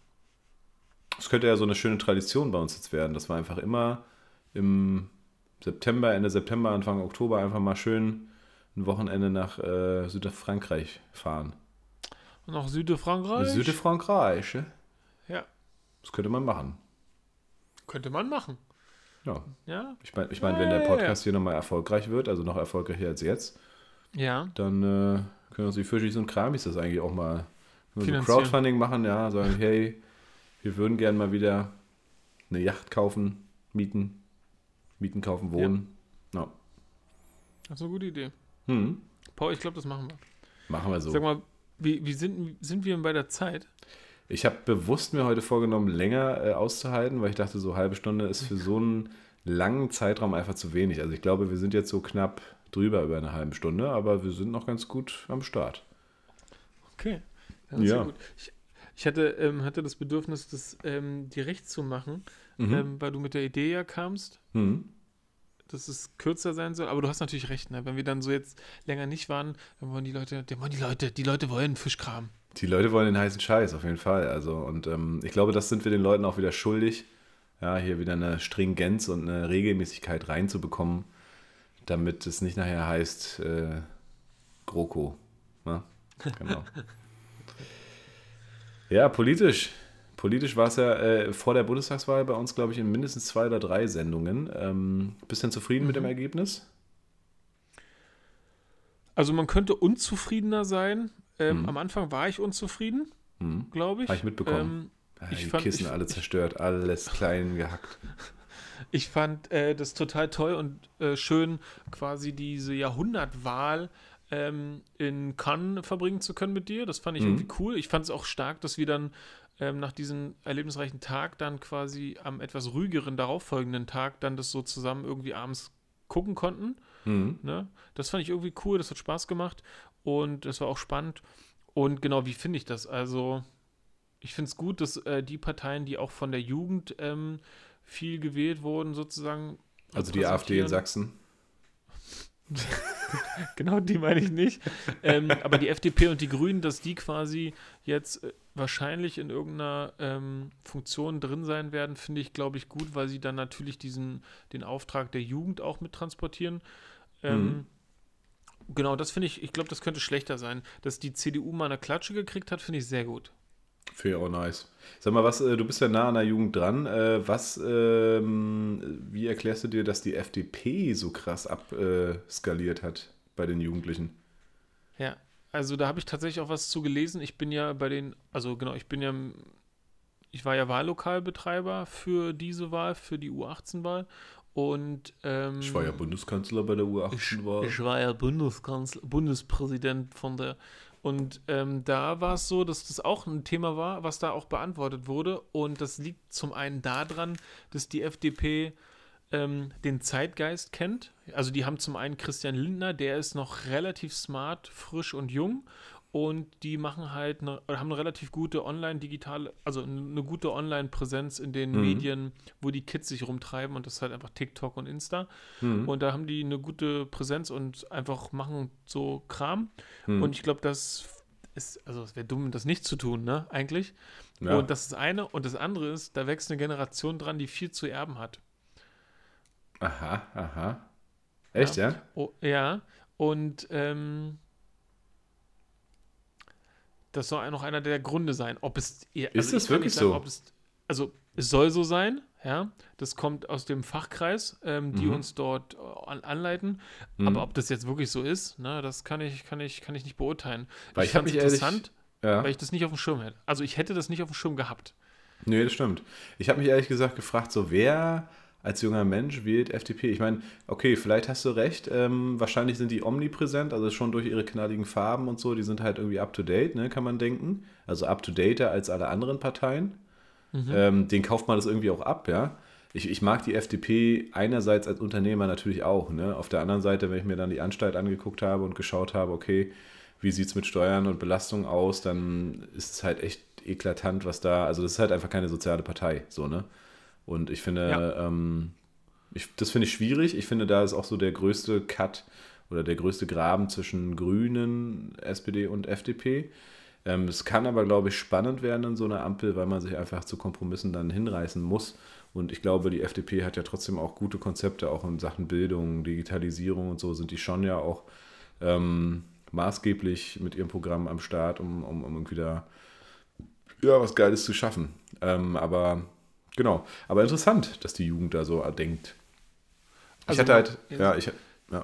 Das könnte ja so eine schöne Tradition bei uns jetzt werden, dass wir einfach immer im September, Ende September, Anfang Oktober einfach mal schön ein Wochenende nach äh, Südfrankreich fahren. Und noch Südfrankreich. Südfrankreich, ja? Ja, Das könnte man machen. könnte man machen. Ja. Ja, Ich meine, ich mein, wenn Ja, der ja, Podcast hier nochmal erfolgreich wird, also noch erfolgreicher als jetzt, ja. dann äh, können uns die Fischis und Kramis das eigentlich auch mal so Finanzieren. Crowdfunding machen, ja, sagen, hey, wir würden gerne mal wieder eine Yacht kaufen, mieten, mieten, kaufen, wohnen. Ja. Das ist eine gute Idee. Hm. Paul, ich glaube, das machen wir. Machen wir so. Sag mal, wie, wie sind, sind wir denn bei der Zeit? Ich habe bewusst mir heute vorgenommen, länger äh, auszuhalten, weil ich dachte, so eine halbe Stunde ist für so einen langen Zeitraum einfach zu wenig. Also ich glaube, wir sind jetzt so knapp drüber über eine halbe Stunde, aber wir sind noch ganz gut am Start. Okay. Das ist Ja. ja gut. Ich, ich hatte, ähm, hatte das Bedürfnis, das ähm, dir recht zu machen, Mhm. ähm, weil du mit der Idee ja kamst, Mhm. dass es kürzer sein soll. Aber du hast natürlich recht, ne? Wenn wir dann so jetzt länger nicht waren, dann wollen die Leute, dann wollen die Leute, die Leute wollen Fischkram. Die Leute wollen den heißen Scheiß, auf jeden Fall. Also, und ähm, ich glaube, das sind wir den Leuten auch wieder schuldig, ja, hier wieder eine Stringenz und eine Regelmäßigkeit reinzubekommen, damit es nicht nachher heißt äh, GroKo. Ne? Genau. Ja, politisch. Politisch war es ja äh, vor der Bundestagswahl bei uns, glaube ich, in mindestens zwei oder drei Sendungen. Ähm, bist du denn zufrieden mit dem Ergebnis? Also man könnte unzufriedener sein. Ähm, Mhm. Am Anfang war ich unzufrieden, Hm. glaube ich. Habe ich mitbekommen. Ähm, Ah, ich die fand- Kissen ich- alle zerstört, alles klein gehackt. Ich fand äh, das total toll und äh, schön, quasi diese Jahrhundertwahl ähm, in Cannes verbringen zu können mit dir. Das fand ich Mhm. irgendwie cool. Ich fand es auch stark, dass wir dann ähm, nach diesem erlebnisreichen Tag dann quasi am etwas ruhigeren darauffolgenden Tag dann das so zusammen irgendwie abends gucken konnten. Mhm. Ne? Das fand ich irgendwie cool, das hat Spaß gemacht und das war auch spannend. Und genau, wie finde ich das? Also, ich finde es gut, dass äh, die Parteien, die auch von der Jugend ähm, viel gewählt wurden, sozusagen. Also die AfD in repräsentieren. Sachsen. Genau, die meine ich nicht. ähm, aber die F D P und die Grünen, dass die quasi jetzt äh, wahrscheinlich in irgendeiner ähm, Funktion drin sein werden, finde ich, glaube ich, gut, weil sie dann natürlich diesen, den Auftrag der Jugend auch mit transportieren. Ähm, Mhm. Genau, das finde ich, ich glaube, das könnte schlechter sein. Dass die C D U mal eine Klatsche gekriegt hat, finde ich sehr gut. Finde ich auch nice. Sag mal, was, äh, du bist ja nah an der Jugend dran. Äh, was, ähm, wie erklärst du dir, dass die F D P so krass abskaliert hat bei den Jugendlichen? Ja, also da habe ich tatsächlich auch was zu gelesen. Ich bin ja bei den, also genau, ich bin ja, ich war ja Wahllokalbetreiber für diese Wahl, für die U achtzehn Wahl. Und ähm, Ich war ja Bundeskanzler bei der U ich, achtzehn Wahl. ich war ja Bundeskanzler, Bundespräsident von der. Und ähm, da war es so, dass das auch ein Thema war, was da auch beantwortet wurde. Und das liegt zum einen daran, dass die F D P ähm, den Zeitgeist kennt. Also die haben zum einen Christian Lindner, der ist noch relativ smart, frisch und jung. Und die machen halt eine, oder haben eine relativ gute Online-digitale, also eine gute Online-Präsenz in den Mhm. Medien, wo die Kids sich rumtreiben und das ist halt einfach TikTok und Insta. Mhm. Und da haben die eine gute Präsenz und einfach machen so Kram. Mhm. Und ich glaube, das ist, also es wäre dumm, das nicht zu tun, ne, eigentlich. Ja. Und das ist das eine. Und das andere ist, da wächst eine Generation dran, die viel zu erben hat. Aha, aha. Echt, ja? Oh, ja. Und ähm, das soll noch einer der Gründe sein. Ob es eher, Ist also das ich kann wirklich nicht sagen, so? Ob es, also es soll so sein, ja. Das kommt aus dem Fachkreis, ähm, die Mhm. uns dort äh, an, anleiten. Mhm. Aber ob das jetzt wirklich so ist, ne, das kann ich, kann ich, kann ich nicht beurteilen. Weil ich hab fand's mich ehrlich- interessant. Ja. Weil ich das nicht auf dem Schirm hätte. Also ich hätte das nicht auf dem Schirm gehabt. Nee, das stimmt. Ich habe mich ehrlich gesagt gefragt, so wer als junger Mensch wählt F D P? Ich meine, okay, vielleicht hast du recht, ähm, wahrscheinlich sind die omnipräsent, also schon durch ihre knalligen Farben und so, die sind halt irgendwie up-to-date, ne, kann man denken. Also up-to-dater als alle anderen Parteien. Mhm. Ähm, den kauft man das irgendwie auch ab, ja. Ich, ich mag die F D P einerseits als Unternehmer natürlich auch, ne. Auf der anderen Seite, wenn ich mir dann die Anstalt angeguckt habe und geschaut habe, okay, wie sieht es mit Steuern und Belastung aus, dann ist es halt echt eklatant, was da, also das ist halt einfach keine soziale Partei, so, ne? Und ich finde, Ja. ähm, ich, das finde ich schwierig. Ich finde, da ist auch so der größte Cut oder der größte Graben zwischen Grünen, S P D und F D P. Ähm, es kann aber, glaube ich, spannend werden in so einer Ampel, weil man sich einfach zu Kompromissen dann hinreißen muss. Und ich glaube, die F D P hat ja trotzdem auch gute Konzepte, auch in Sachen Bildung, Digitalisierung und so, sind die schon ja auch ähm, maßgeblich mit ihrem Programm am Start, um, um, um irgendwie da ja, was Geiles zu schaffen. Ähm, aber genau, aber interessant, dass die Jugend da so denkt. Ich Also hatte halt, man- ja, ich, ja,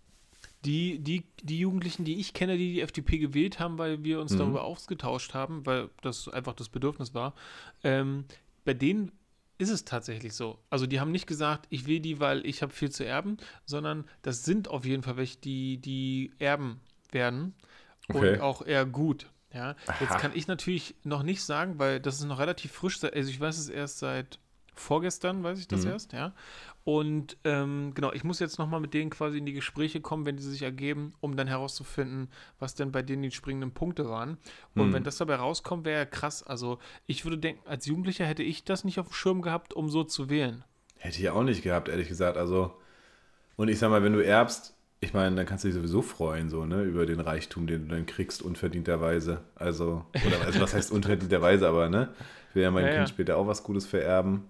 Die, die, die Jugendlichen, die ich kenne, die die F D P gewählt haben, weil wir uns Mhm. darüber ausgetauscht haben, weil das einfach das Bedürfnis war, ähm, bei denen ist es tatsächlich so. Also die haben nicht gesagt, ich will die, weil ich habe viel zu erben, sondern das sind auf jeden Fall welche, die, die erben werden Okay. und auch eher gut. Ja, jetzt Aha. kann ich natürlich noch nicht sagen, weil das ist noch relativ frisch. Also ich weiß es erst seit vorgestern, weiß ich das Mhm. erst, ja. Und ähm, genau, ich muss jetzt nochmal mit denen quasi in die Gespräche kommen, wenn die sich ergeben, um dann herauszufinden, was denn bei denen die springenden Punkte waren. Und Mhm. wenn das dabei rauskommt, wäre ja krass. Also ich würde denken, als Jugendlicher hätte ich das nicht auf dem Schirm gehabt, um so zu wählen. Hätte ich auch nicht gehabt, ehrlich gesagt. Also, und ich sag mal, wenn du erbst, ich meine, dann kannst du dich sowieso freuen, so, ne, über den Reichtum, den du dann kriegst, unverdienterweise. Also, oder also, was heißt unverdienterweise, aber, ne? Ich will ja meinem Ja, Kind ja. später auch was Gutes vererben.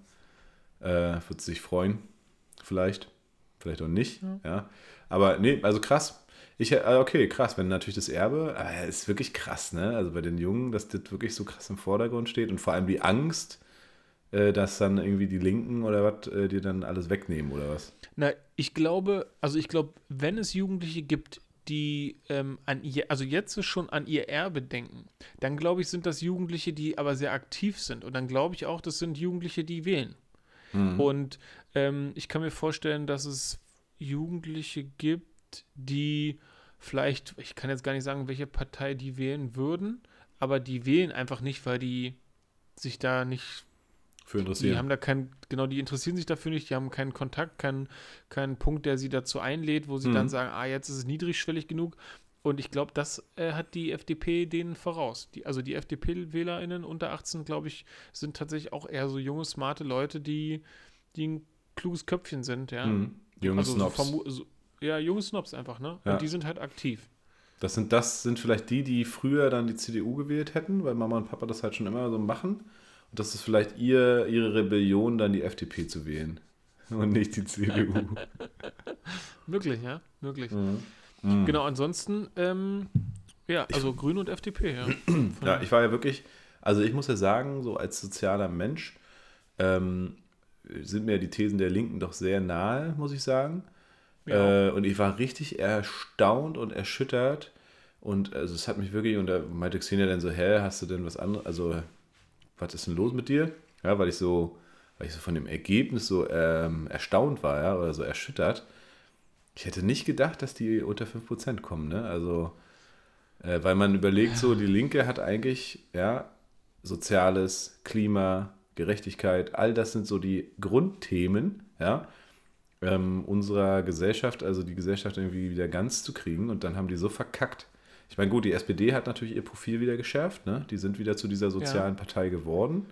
Äh, wird sich freuen, vielleicht. Vielleicht auch nicht, Ja. ja. Aber nee, also krass. Ich, äh, okay, krass, wenn natürlich das Erbe, äh, ist wirklich krass, ne? Also bei den Jungen, dass das wirklich so krass im Vordergrund steht und vor allem die Angst, äh, dass dann irgendwie die Linken oder was äh, dir dann alles wegnehmen oder was. Na, ich glaube, also ich glaube, wenn es Jugendliche gibt, die ähm, an ihr, also jetzt schon an ihr Erbe denken, dann glaube ich, sind das Jugendliche, die aber sehr aktiv sind. Und dann glaube ich auch, das sind Jugendliche, die wählen. Mhm. Und ähm, ich kann mir vorstellen, dass es Jugendliche gibt, die vielleicht, ich kann jetzt gar nicht sagen, welche Partei die wählen würden, aber die wählen einfach nicht, weil die sich da nicht, Für die interessieren. haben da keinen, genau, die interessieren sich dafür nicht, die haben keinen Kontakt, keinen, keinen Punkt, der sie dazu einlädt, wo sie Mhm. dann sagen, ah, jetzt ist es niedrigschwellig genug. Und ich glaube, das äh, hat die F D P denen voraus. Die, also die F D P-WählerInnen unter achtzehn, glaube ich, sind tatsächlich auch eher so junge, smarte Leute, die, die ein kluges Köpfchen sind, ja. Mhm. Junge also Snobs. So vermu- so, ja, junge Snobs einfach, ne? Ja. Und die sind halt aktiv. Das sind, das sind vielleicht die, die früher dann die C D U gewählt hätten, weil Mama und Papa das halt schon immer so machen. Und das ist vielleicht ihr, ihre Rebellion, dann die F D P zu wählen. Und nicht die C D U. Möglich, ja, möglich. Mhm. Mhm. Genau, ansonsten, ähm, ja, also Grüne und F D P, ja. Von- Ja, ich war ja wirklich, also ich muss ja sagen, so als sozialer Mensch ähm, sind mir die Thesen der Linken doch sehr nahe, muss ich sagen. Ja, Äh, und ich war richtig erstaunt und erschüttert. Und also es hat mich wirklich, und da meinte Xenia dann so, hä, hast du denn was anderes, also was ist denn los mit dir? Ja, weil ich so, weil ich so von dem Ergebnis so ähm, erstaunt war, ja, oder so erschüttert. Ich hätte nicht gedacht, dass die unter fünf Prozent kommen, ne? Also, äh, weil man überlegt so, die Linke hat eigentlich, ja, Soziales, Klima, Gerechtigkeit, all das sind so die Grundthemen, ja, ähm, unserer Gesellschaft, also die Gesellschaft irgendwie wieder ganz zu kriegen, und dann haben die so verkackt. Ich meine, gut, die S P D hat natürlich ihr Profil wieder geschärft, ne? Die sind wieder zu dieser sozialen Partei geworden.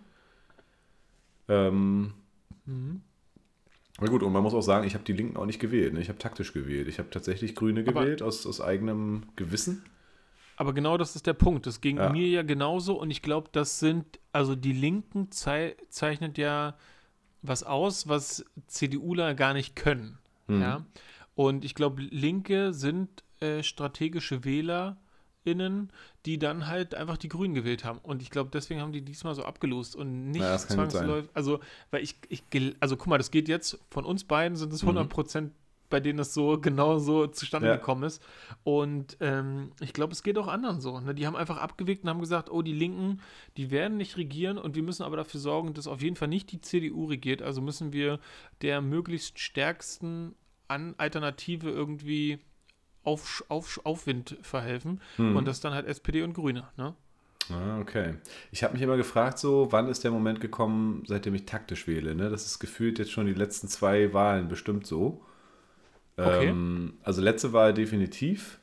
Ähm, mhm. na gut, und man muss auch sagen, ich habe die Linken auch nicht gewählt, ne? Ich habe taktisch gewählt. Ich habe tatsächlich Grüne Aber- gewählt, aus, aus eigenem Gewissen. Aber genau das ist der Punkt. Das ging Ja. mir ja genauso und ich glaube, das sind, also die Linken zei zeichnet ja was aus, was CDUler gar nicht können. Mhm. Ja? Und ich glaube, Linke sind äh, strategische WählerInnen, die dann halt einfach die Grünen gewählt haben. Und ich glaube, deswegen haben die diesmal so abgelost und nicht Ja, das kann gut sein. zwangsläufig. Also, weil ich, ich, gel- also guck mal, das geht jetzt, von uns beiden sind es hundert Prozent bei denen es so genau so zustande Ja. gekommen ist. Und ähm, ich glaube, es geht auch anderen so. Ne? Die haben einfach abgewegt und haben gesagt, oh, die Linken, die werden nicht regieren und wir müssen aber dafür sorgen, dass auf jeden Fall nicht die C D U regiert. Also müssen wir der möglichst stärksten An Alternative irgendwie auf, auf, Aufwind verhelfen. Hm. Und das dann halt S P D und Grüne. Ne? Ah, okay. Ich habe mich immer gefragt, so, wann ist der Moment gekommen, seitdem ich taktisch wähle? Ne? Das ist gefühlt jetzt schon die letzten zwei Wahlen bestimmt so. Okay. Ähm, also letzte Wahl definitiv.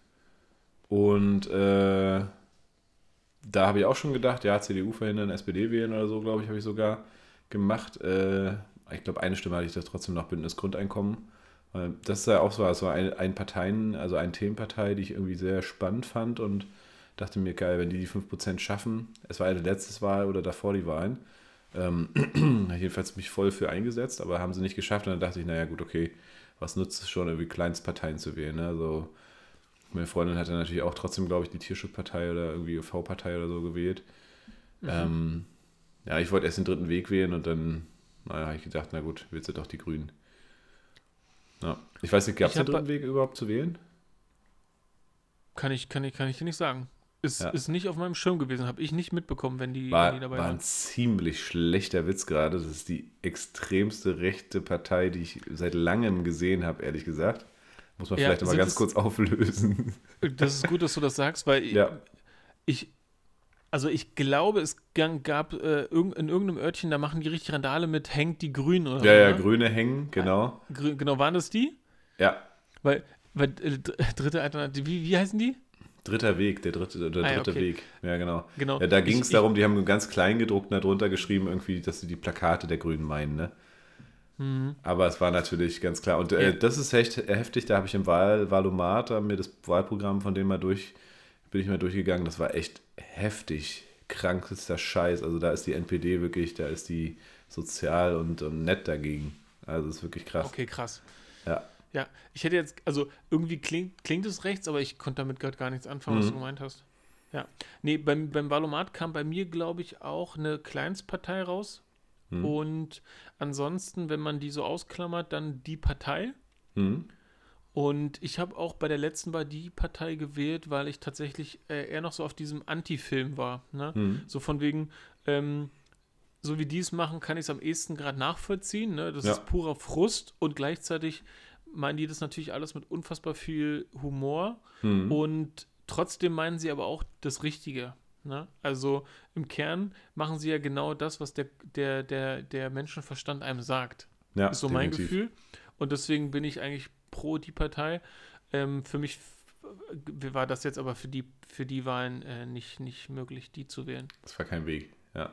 Und äh, da habe ich auch schon gedacht, ja, C D U verhindern, S P D wählen oder so, glaube ich, habe ich sogar gemacht. Äh, ich glaube, eine Stimme hatte ich da trotzdem noch, Bündnis Grundeinkommen. Äh, Das ist ja auch so, also ein, ein Parteien, also eine Themenpartei, die ich irgendwie sehr spannend fand und dachte mir, geil, wenn die die fünf Prozent schaffen, es war ja die letzte Wahl oder davor die Wahlen, ähm, habe ich jedenfalls mich voll für eingesetzt, aber haben sie nicht geschafft und dann dachte ich, naja gut, okay, was nutzt es schon, irgendwie Kleinstparteien zu wählen, ne? Also, meine Freundin hatte natürlich auch trotzdem, glaube ich, die Tierschutzpartei oder irgendwie V-Partei oder so gewählt. Mhm. Ähm, ja, ich wollte erst den dritten Weg wählen und dann, naja, habe ich gedacht, na gut, willst du doch die Grünen. Ja. Ich weiß nicht, gab es Ich den hab- dritten Weg überhaupt zu wählen? Kann ich, kann ich, kann ich dir nicht sagen. Ist, Ja. ist nicht auf meinem Schirm gewesen, habe ich nicht mitbekommen, wenn die, wenn die War, dabei war waren. ein ziemlich schlechter Witz gerade. Das ist die extremste rechte Partei, die ich seit langem gesehen habe, ehrlich gesagt. Muss man Ja, vielleicht mal sind ganz es- kurz auflösen. Das ist gut, dass du das sagst, weil Ja. ich, also ich glaube, es gang- gab äh, irg- in irgendeinem Örtchen, da machen die richtig Randale mit hängt die Grünen oder Ja, ja, so, ne? Grüne hängen, genau. Grü- Genau, waren das die? Ja, Weil, weil äh, dr- dritte Alternative, wie, wie heißen die? dritter Weg, der dritte, der Ah, ja, dritte okay. Weg. Ja, genau. Genau. Ja, da ging es Ich- darum, die haben ganz klein gedruckt und darunter geschrieben, irgendwie, dass sie die Plakate der Grünen meinen, ne? Mhm. Aber es war natürlich ganz klar. Und äh, Ja. das ist echt heftig. Da habe ich im Wahl, Wahlomat, da mir das Wahlprogramm von denen mal durch, bin ich mal durchgegangen. Das war echt heftig. Krankester Scheiß. Also da ist die N P D wirklich, da ist die sozial und, und nett dagegen. Also das ist wirklich krass. Okay, krass. Ja. Ja, ich hätte jetzt, also irgendwie klingt, klingt es rechts, aber ich konnte damit gerade gar nichts anfangen, was Mhm. du gemeint hast. Ja. Nee, beim, beim Valomat kam bei mir, glaube ich, auch eine Kleinstpartei raus. Mhm. Und ansonsten, wenn man die so ausklammert, dann die Partei. Mhm. Und ich habe auch bei der letzten Wahl die Partei gewählt, weil ich tatsächlich äh, eher noch so auf diesem Anti-Film war. Ne? Mhm. So von wegen, ähm, so wie die es machen, kann ich es am ehesten gerade nachvollziehen. Ne? Das Ja. ist purer Frust und gleichzeitig meinen die das natürlich alles mit unfassbar viel Humor Mhm. und trotzdem meinen sie aber auch das Richtige. Ne? Also im Kern machen sie ja genau das, was der, der, der, der Menschenverstand einem sagt. Ja, Ist so mein definitiv. Gefühl. Und deswegen bin ich eigentlich pro die Partei. Ähm, für mich f- war das jetzt aber für die, für die Wahlen äh, nicht, nicht möglich, die zu wählen. Das war kein Weg. Ja.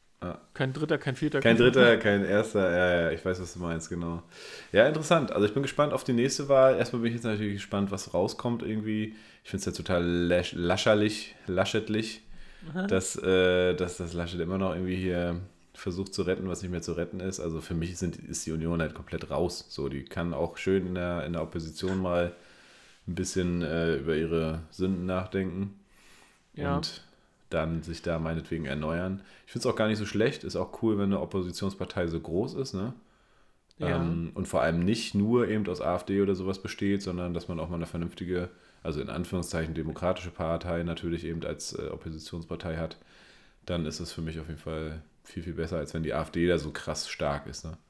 Kein dritter, kein vierter. Kein dritter, kein erster, ja, ja, ich weiß, was du meinst, genau. Ja, interessant. Also ich bin gespannt auf die nächste Wahl. Erstmal bin ich jetzt natürlich gespannt, was rauskommt irgendwie. Ich finde es ja total lasch, lascherlich, laschetlich, dass, äh, dass das Laschet immer noch irgendwie hier versucht zu retten, was nicht mehr zu retten ist. Also für mich sind, ist die Union halt komplett raus. So, die kann auch schön in der, in der Opposition mal ein bisschen äh, über ihre Sünden nachdenken. Ja. Und dann sich da meinetwegen erneuern. Ich finde es auch gar nicht so schlecht. Ist auch cool, wenn eine Oppositionspartei so groß ist, ne? Ja. Ähm, und vor allem nicht nur eben aus AfD oder sowas besteht, sondern dass man auch mal eine vernünftige, also in Anführungszeichen demokratische Partei natürlich eben als äh, Oppositionspartei hat. Dann ist es für mich auf jeden Fall viel, viel besser, als wenn die AfD da so krass stark ist, ne?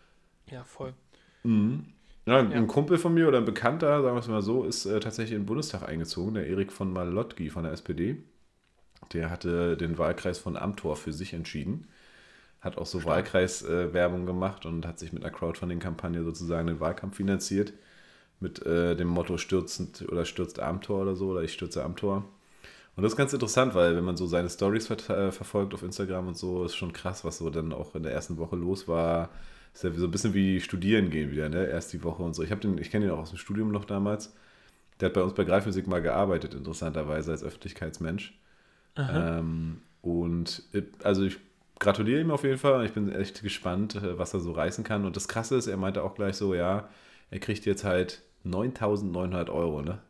Ja, voll. Mhm. Ja, ein, Ja. ein Kumpel von mir oder ein Bekannter, sagen wir es mal so, ist äh, tatsächlich in den Bundestag eingezogen, der Erik von Malotki von der S P D. Der hatte den Wahlkreis von Amthor für sich entschieden, hat auch so Wahlkreiswerbung äh, gemacht und hat sich mit einer Crowdfunding-Kampagne sozusagen den Wahlkampf finanziert, mit äh, dem Motto stürzend oder stürzt Amthor oder so, oder ich stürze Amthor. Und das ist ganz interessant, weil wenn man so seine Stories ver äh, verfolgt auf Instagram und so, ist schon krass, was so dann auch in der ersten Woche los war. Ist ja so ein bisschen wie Studieren gehen wieder, ne? Erst die Woche und so. Ich, hab den, ich kenne ihn auch aus dem Studium noch damals. Der hat bei uns bei Greifmusik mal gearbeitet, interessanterweise als Öffentlichkeitsmensch. Ähm, und äh, also ich gratuliere ihm auf jeden Fall. Ich bin echt gespannt, äh, was er so reißen kann. Und das Krasse ist, er meinte auch gleich so, ja, er kriegt jetzt halt neuntausendneunhundert Euro, ne?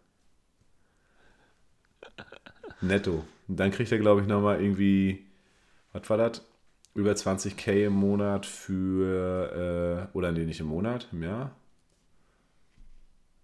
Netto. Und dann kriegt er, glaube ich, nochmal irgendwie, was war das? Über zwanzig K im Monat für, äh, oder nee, nicht im Monat, im Jahr.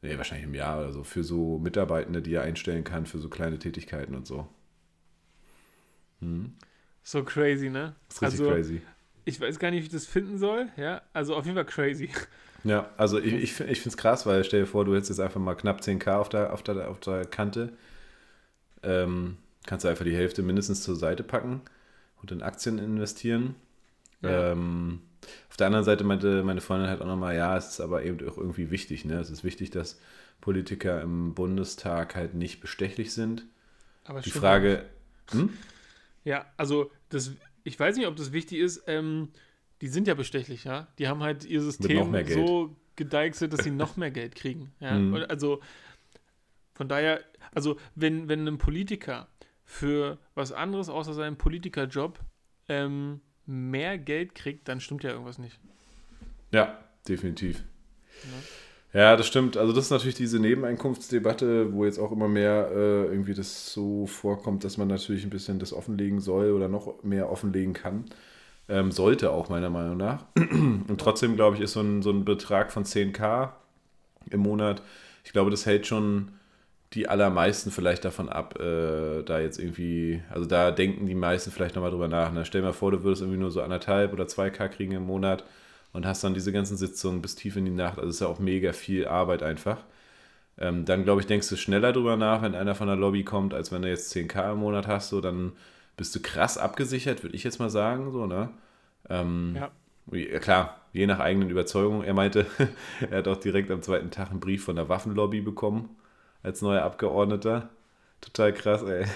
nee, wahrscheinlich im Jahr oder so, für so Mitarbeitende, die er einstellen kann, für so kleine Tätigkeiten und so. Hm. So crazy, ne? Das ist richtig also, crazy. Ich weiß gar nicht, wie ich das finden soll, ja. Also auf jeden Fall crazy. Ja, also ich, ich, ich finde es krass, weil stell dir vor, du hättest jetzt einfach mal knapp zehn K auf der, auf der, auf der Kante. Ähm, kannst du einfach die Hälfte mindestens zur Seite packen und in Aktien investieren. Ja. Ähm, auf der anderen Seite meinte meine Freundin halt auch nochmal, ja, es ist aber eben auch irgendwie wichtig. Ne? Es ist wichtig, dass Politiker im Bundestag halt nicht bestechlich sind. Aber Die stimmt Frage, hm? Ja, also das, ich weiß nicht, ob das wichtig ist. Ähm, die sind ja bestechlich, ja. Die haben halt ihr noch System mehr Geld. so gedeichselt, dass sie noch mehr Geld kriegen. Ja? Mhm. Und also von daher, also wenn, wenn ein Politiker für was anderes außer seinem Politikerjob ähm, mehr Geld kriegt, dann stimmt ja irgendwas nicht. Ja, definitiv. Ja. ja, das stimmt. Also das ist natürlich diese Nebeneinkunftsdebatte, wo jetzt auch immer mehr äh, irgendwie das so vorkommt, dass man natürlich ein bisschen das offenlegen soll oder noch mehr offenlegen kann. Ähm, sollte auch meiner Meinung nach. Und trotzdem, glaube ich, ist so ein, so ein Betrag von zehn K im Monat, ich glaube, das hält schon die allermeisten vielleicht davon ab, äh, da jetzt irgendwie, also da denken die meisten vielleicht nochmal drüber nach. Ne? Stell dir mal vor, du würdest irgendwie nur so anderthalb oder zwei K kriegen im Monat und hast dann diese ganzen Sitzungen bis tief in die Nacht. Also es ist ja auch mega viel Arbeit einfach. Ähm, dann, glaube ich, denkst du schneller drüber nach, wenn einer von der Lobby kommt, als wenn du jetzt zehn K im Monat hast, so dann bist du krass abgesichert, würde ich jetzt mal sagen, so, ne? Ähm, Ja. ja, klar, je nach eigenen Überzeugung. Er meinte, er hat auch direkt am zweiten Tag einen Brief von der Waffenlobby bekommen, als neuer Abgeordneter. Total krass, ey.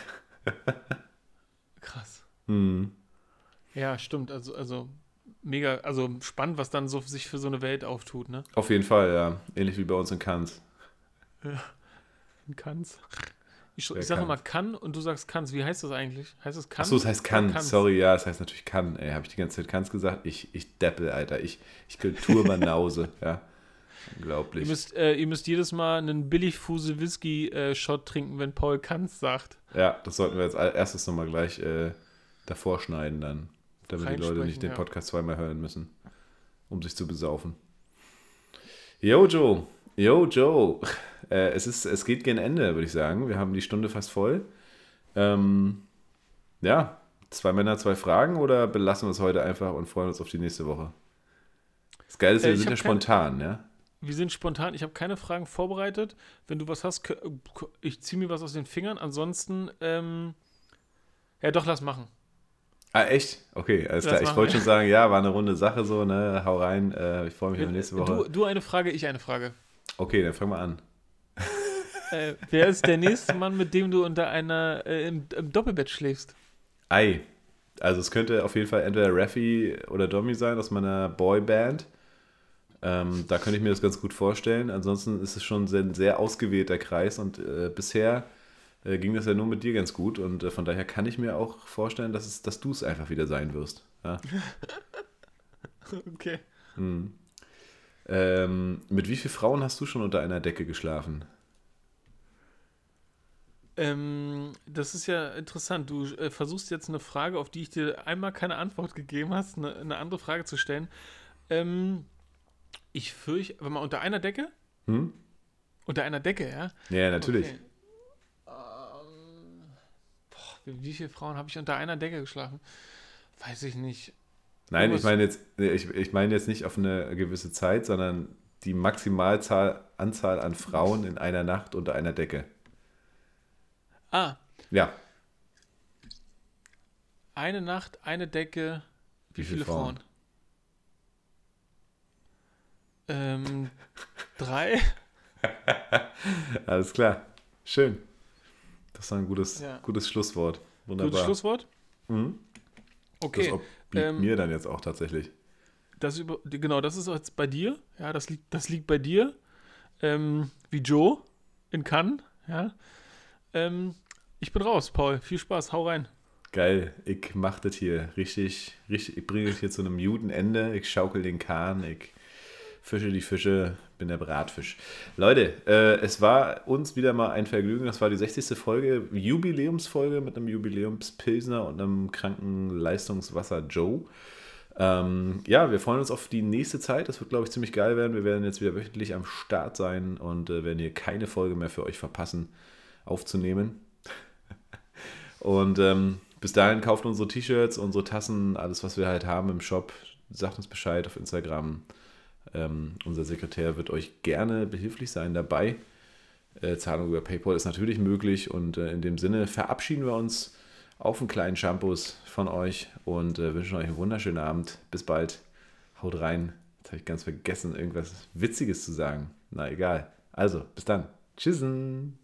Krass. Hm. Ja, stimmt. Also, also mega, also spannend, was dann so sich für so eine Welt auftut, ne? Auf jeden Fall, ja. Ähnlich wie bei uns in Cannes. In Cannes. Ich, Wer ich sage kann? immer kann und du sagst Cannes. Wie heißt das eigentlich? Heißt es kann? Achso, es heißt Cannes. Sorry, ja, es heißt natürlich Cannes. Ey, habe ich die ganze Zeit Cannes gesagt? Ich, ich deppel, Alter. Ich, ich Kulturbanause, ja. Unglaublich. Ihr müsst, äh, ihr müsst jedes Mal einen Billigfuse Whisky-Shot trinken, wenn Paul Cannes sagt. Ja, das sollten wir jetzt als erstes nochmal gleich äh, davor schneiden dann, damit die Leute Reinsprechen, nicht den ja. Podcast zweimal hören müssen, um sich zu besaufen. Yo, Joe. Yo, Joe. Äh, es, ist, es geht gegen Ende, würde ich sagen. Wir haben die Stunde fast voll. Ähm, ja, zwei Männer, zwei Fragen oder belassen wir es heute einfach und freuen uns auf die nächste Woche? Das Geile ist, Äh, wir ich sind ja hab kein- spontan, ja? Wir sind spontan. Ich habe keine Fragen vorbereitet. Wenn du was hast, kö- ich ziehe mir was aus den Fingern. Ansonsten, ähm, ja doch, lass machen. Ah, echt? Okay, alles Lass klar. Ich machen, wollte ja. schon sagen, ja, war eine runde Sache so, ne? Hau rein. Äh, ich freue mich auf nächste Woche. Du, du eine Frage, ich eine Frage. Okay, dann fangen wir an. Äh, wer ist der nächste Mann, mit dem du unter einer äh, im, im Doppelbett schläfst? Ei. Also es könnte auf jeden Fall entweder Raffi oder Domi sein aus meiner Boyband. Ähm, da könnte ich mir das ganz gut vorstellen. Ansonsten ist es schon ein sehr, sehr ausgewählter Kreis und äh, bisher äh, ging das ja nur mit dir ganz gut und äh, von daher kann ich mir auch vorstellen, dass, es, dass du es einfach wieder sein wirst. Ja? Okay. Hm. Ähm, mit wie vielen Frauen hast du schon unter einer Decke geschlafen? Ähm, das ist ja interessant. Du äh, versuchst jetzt eine Frage, auf die ich dir einmal keine Antwort gegeben hast, eine, eine andere Frage zu stellen. Ähm, ich fürchte, wenn man unter einer Decke? Hm? Unter einer Decke, ja? Ja, natürlich. Okay. Ähm, boah, wie wie viele Frauen habe ich unter einer Decke geschlafen? Weiß ich nicht. Nein, ich Irgendwas- meine jetzt, ich, ich meine jetzt nicht auf eine gewisse Zeit, sondern die Maximalzahl Anzahl an Frauen in einer Nacht unter einer Decke. Ah, Ja. eine Nacht, eine Decke. Wie, Wie viele viele Frauen? Frauen? Ähm, drei? Alles klar. Schön. Das ist ein gutes, Ja. gutes Schlusswort. Wunderbar. Gutes Schlusswort? Mhm. Okay. Das obliegt ähm, mir dann jetzt auch tatsächlich. Das über, genau, das ist jetzt bei dir. Ja, das liegt, das liegt bei dir. Ähm, wie Joe in Cannes. Ja. Ähm, ich bin raus, Paul. Viel Spaß. Hau rein. Geil. Ich mach das hier richtig, richtig. Ich bringe das hier zu einem guten Ende. Ich schaukel den Kahn. Ich fische die Fische. Bin der Bratfisch. Leute, äh, es war uns wieder mal ein Vergnügen. Das war die sechzigste Folge, Jubiläumsfolge mit einem Jubiläumspilsner und einem kranken Leistungswasser Joe. Ähm, ja, wir freuen uns auf die nächste Zeit. Das wird, glaube ich, ziemlich geil werden. Wir werden jetzt wieder wöchentlich am Start sein und äh, werden hier keine Folge mehr für euch verpassen, aufzunehmen. Und ähm, bis dahin kauft unsere T-Shirts, unsere Tassen, alles, was wir halt haben im Shop. Sagt uns Bescheid auf Instagram. Ähm, unser Sekretär wird euch gerne behilflich sein dabei. Äh, Zahlung über PayPal ist natürlich möglich. Und äh, in dem Sinne verabschieden wir uns auf einen kleinen Shampoos von euch und äh, wünschen euch einen wunderschönen Abend. Bis bald. Haut rein. Jetzt habe ich ganz vergessen, irgendwas Witziges zu sagen. Na egal. Also, bis dann. Tschüssen.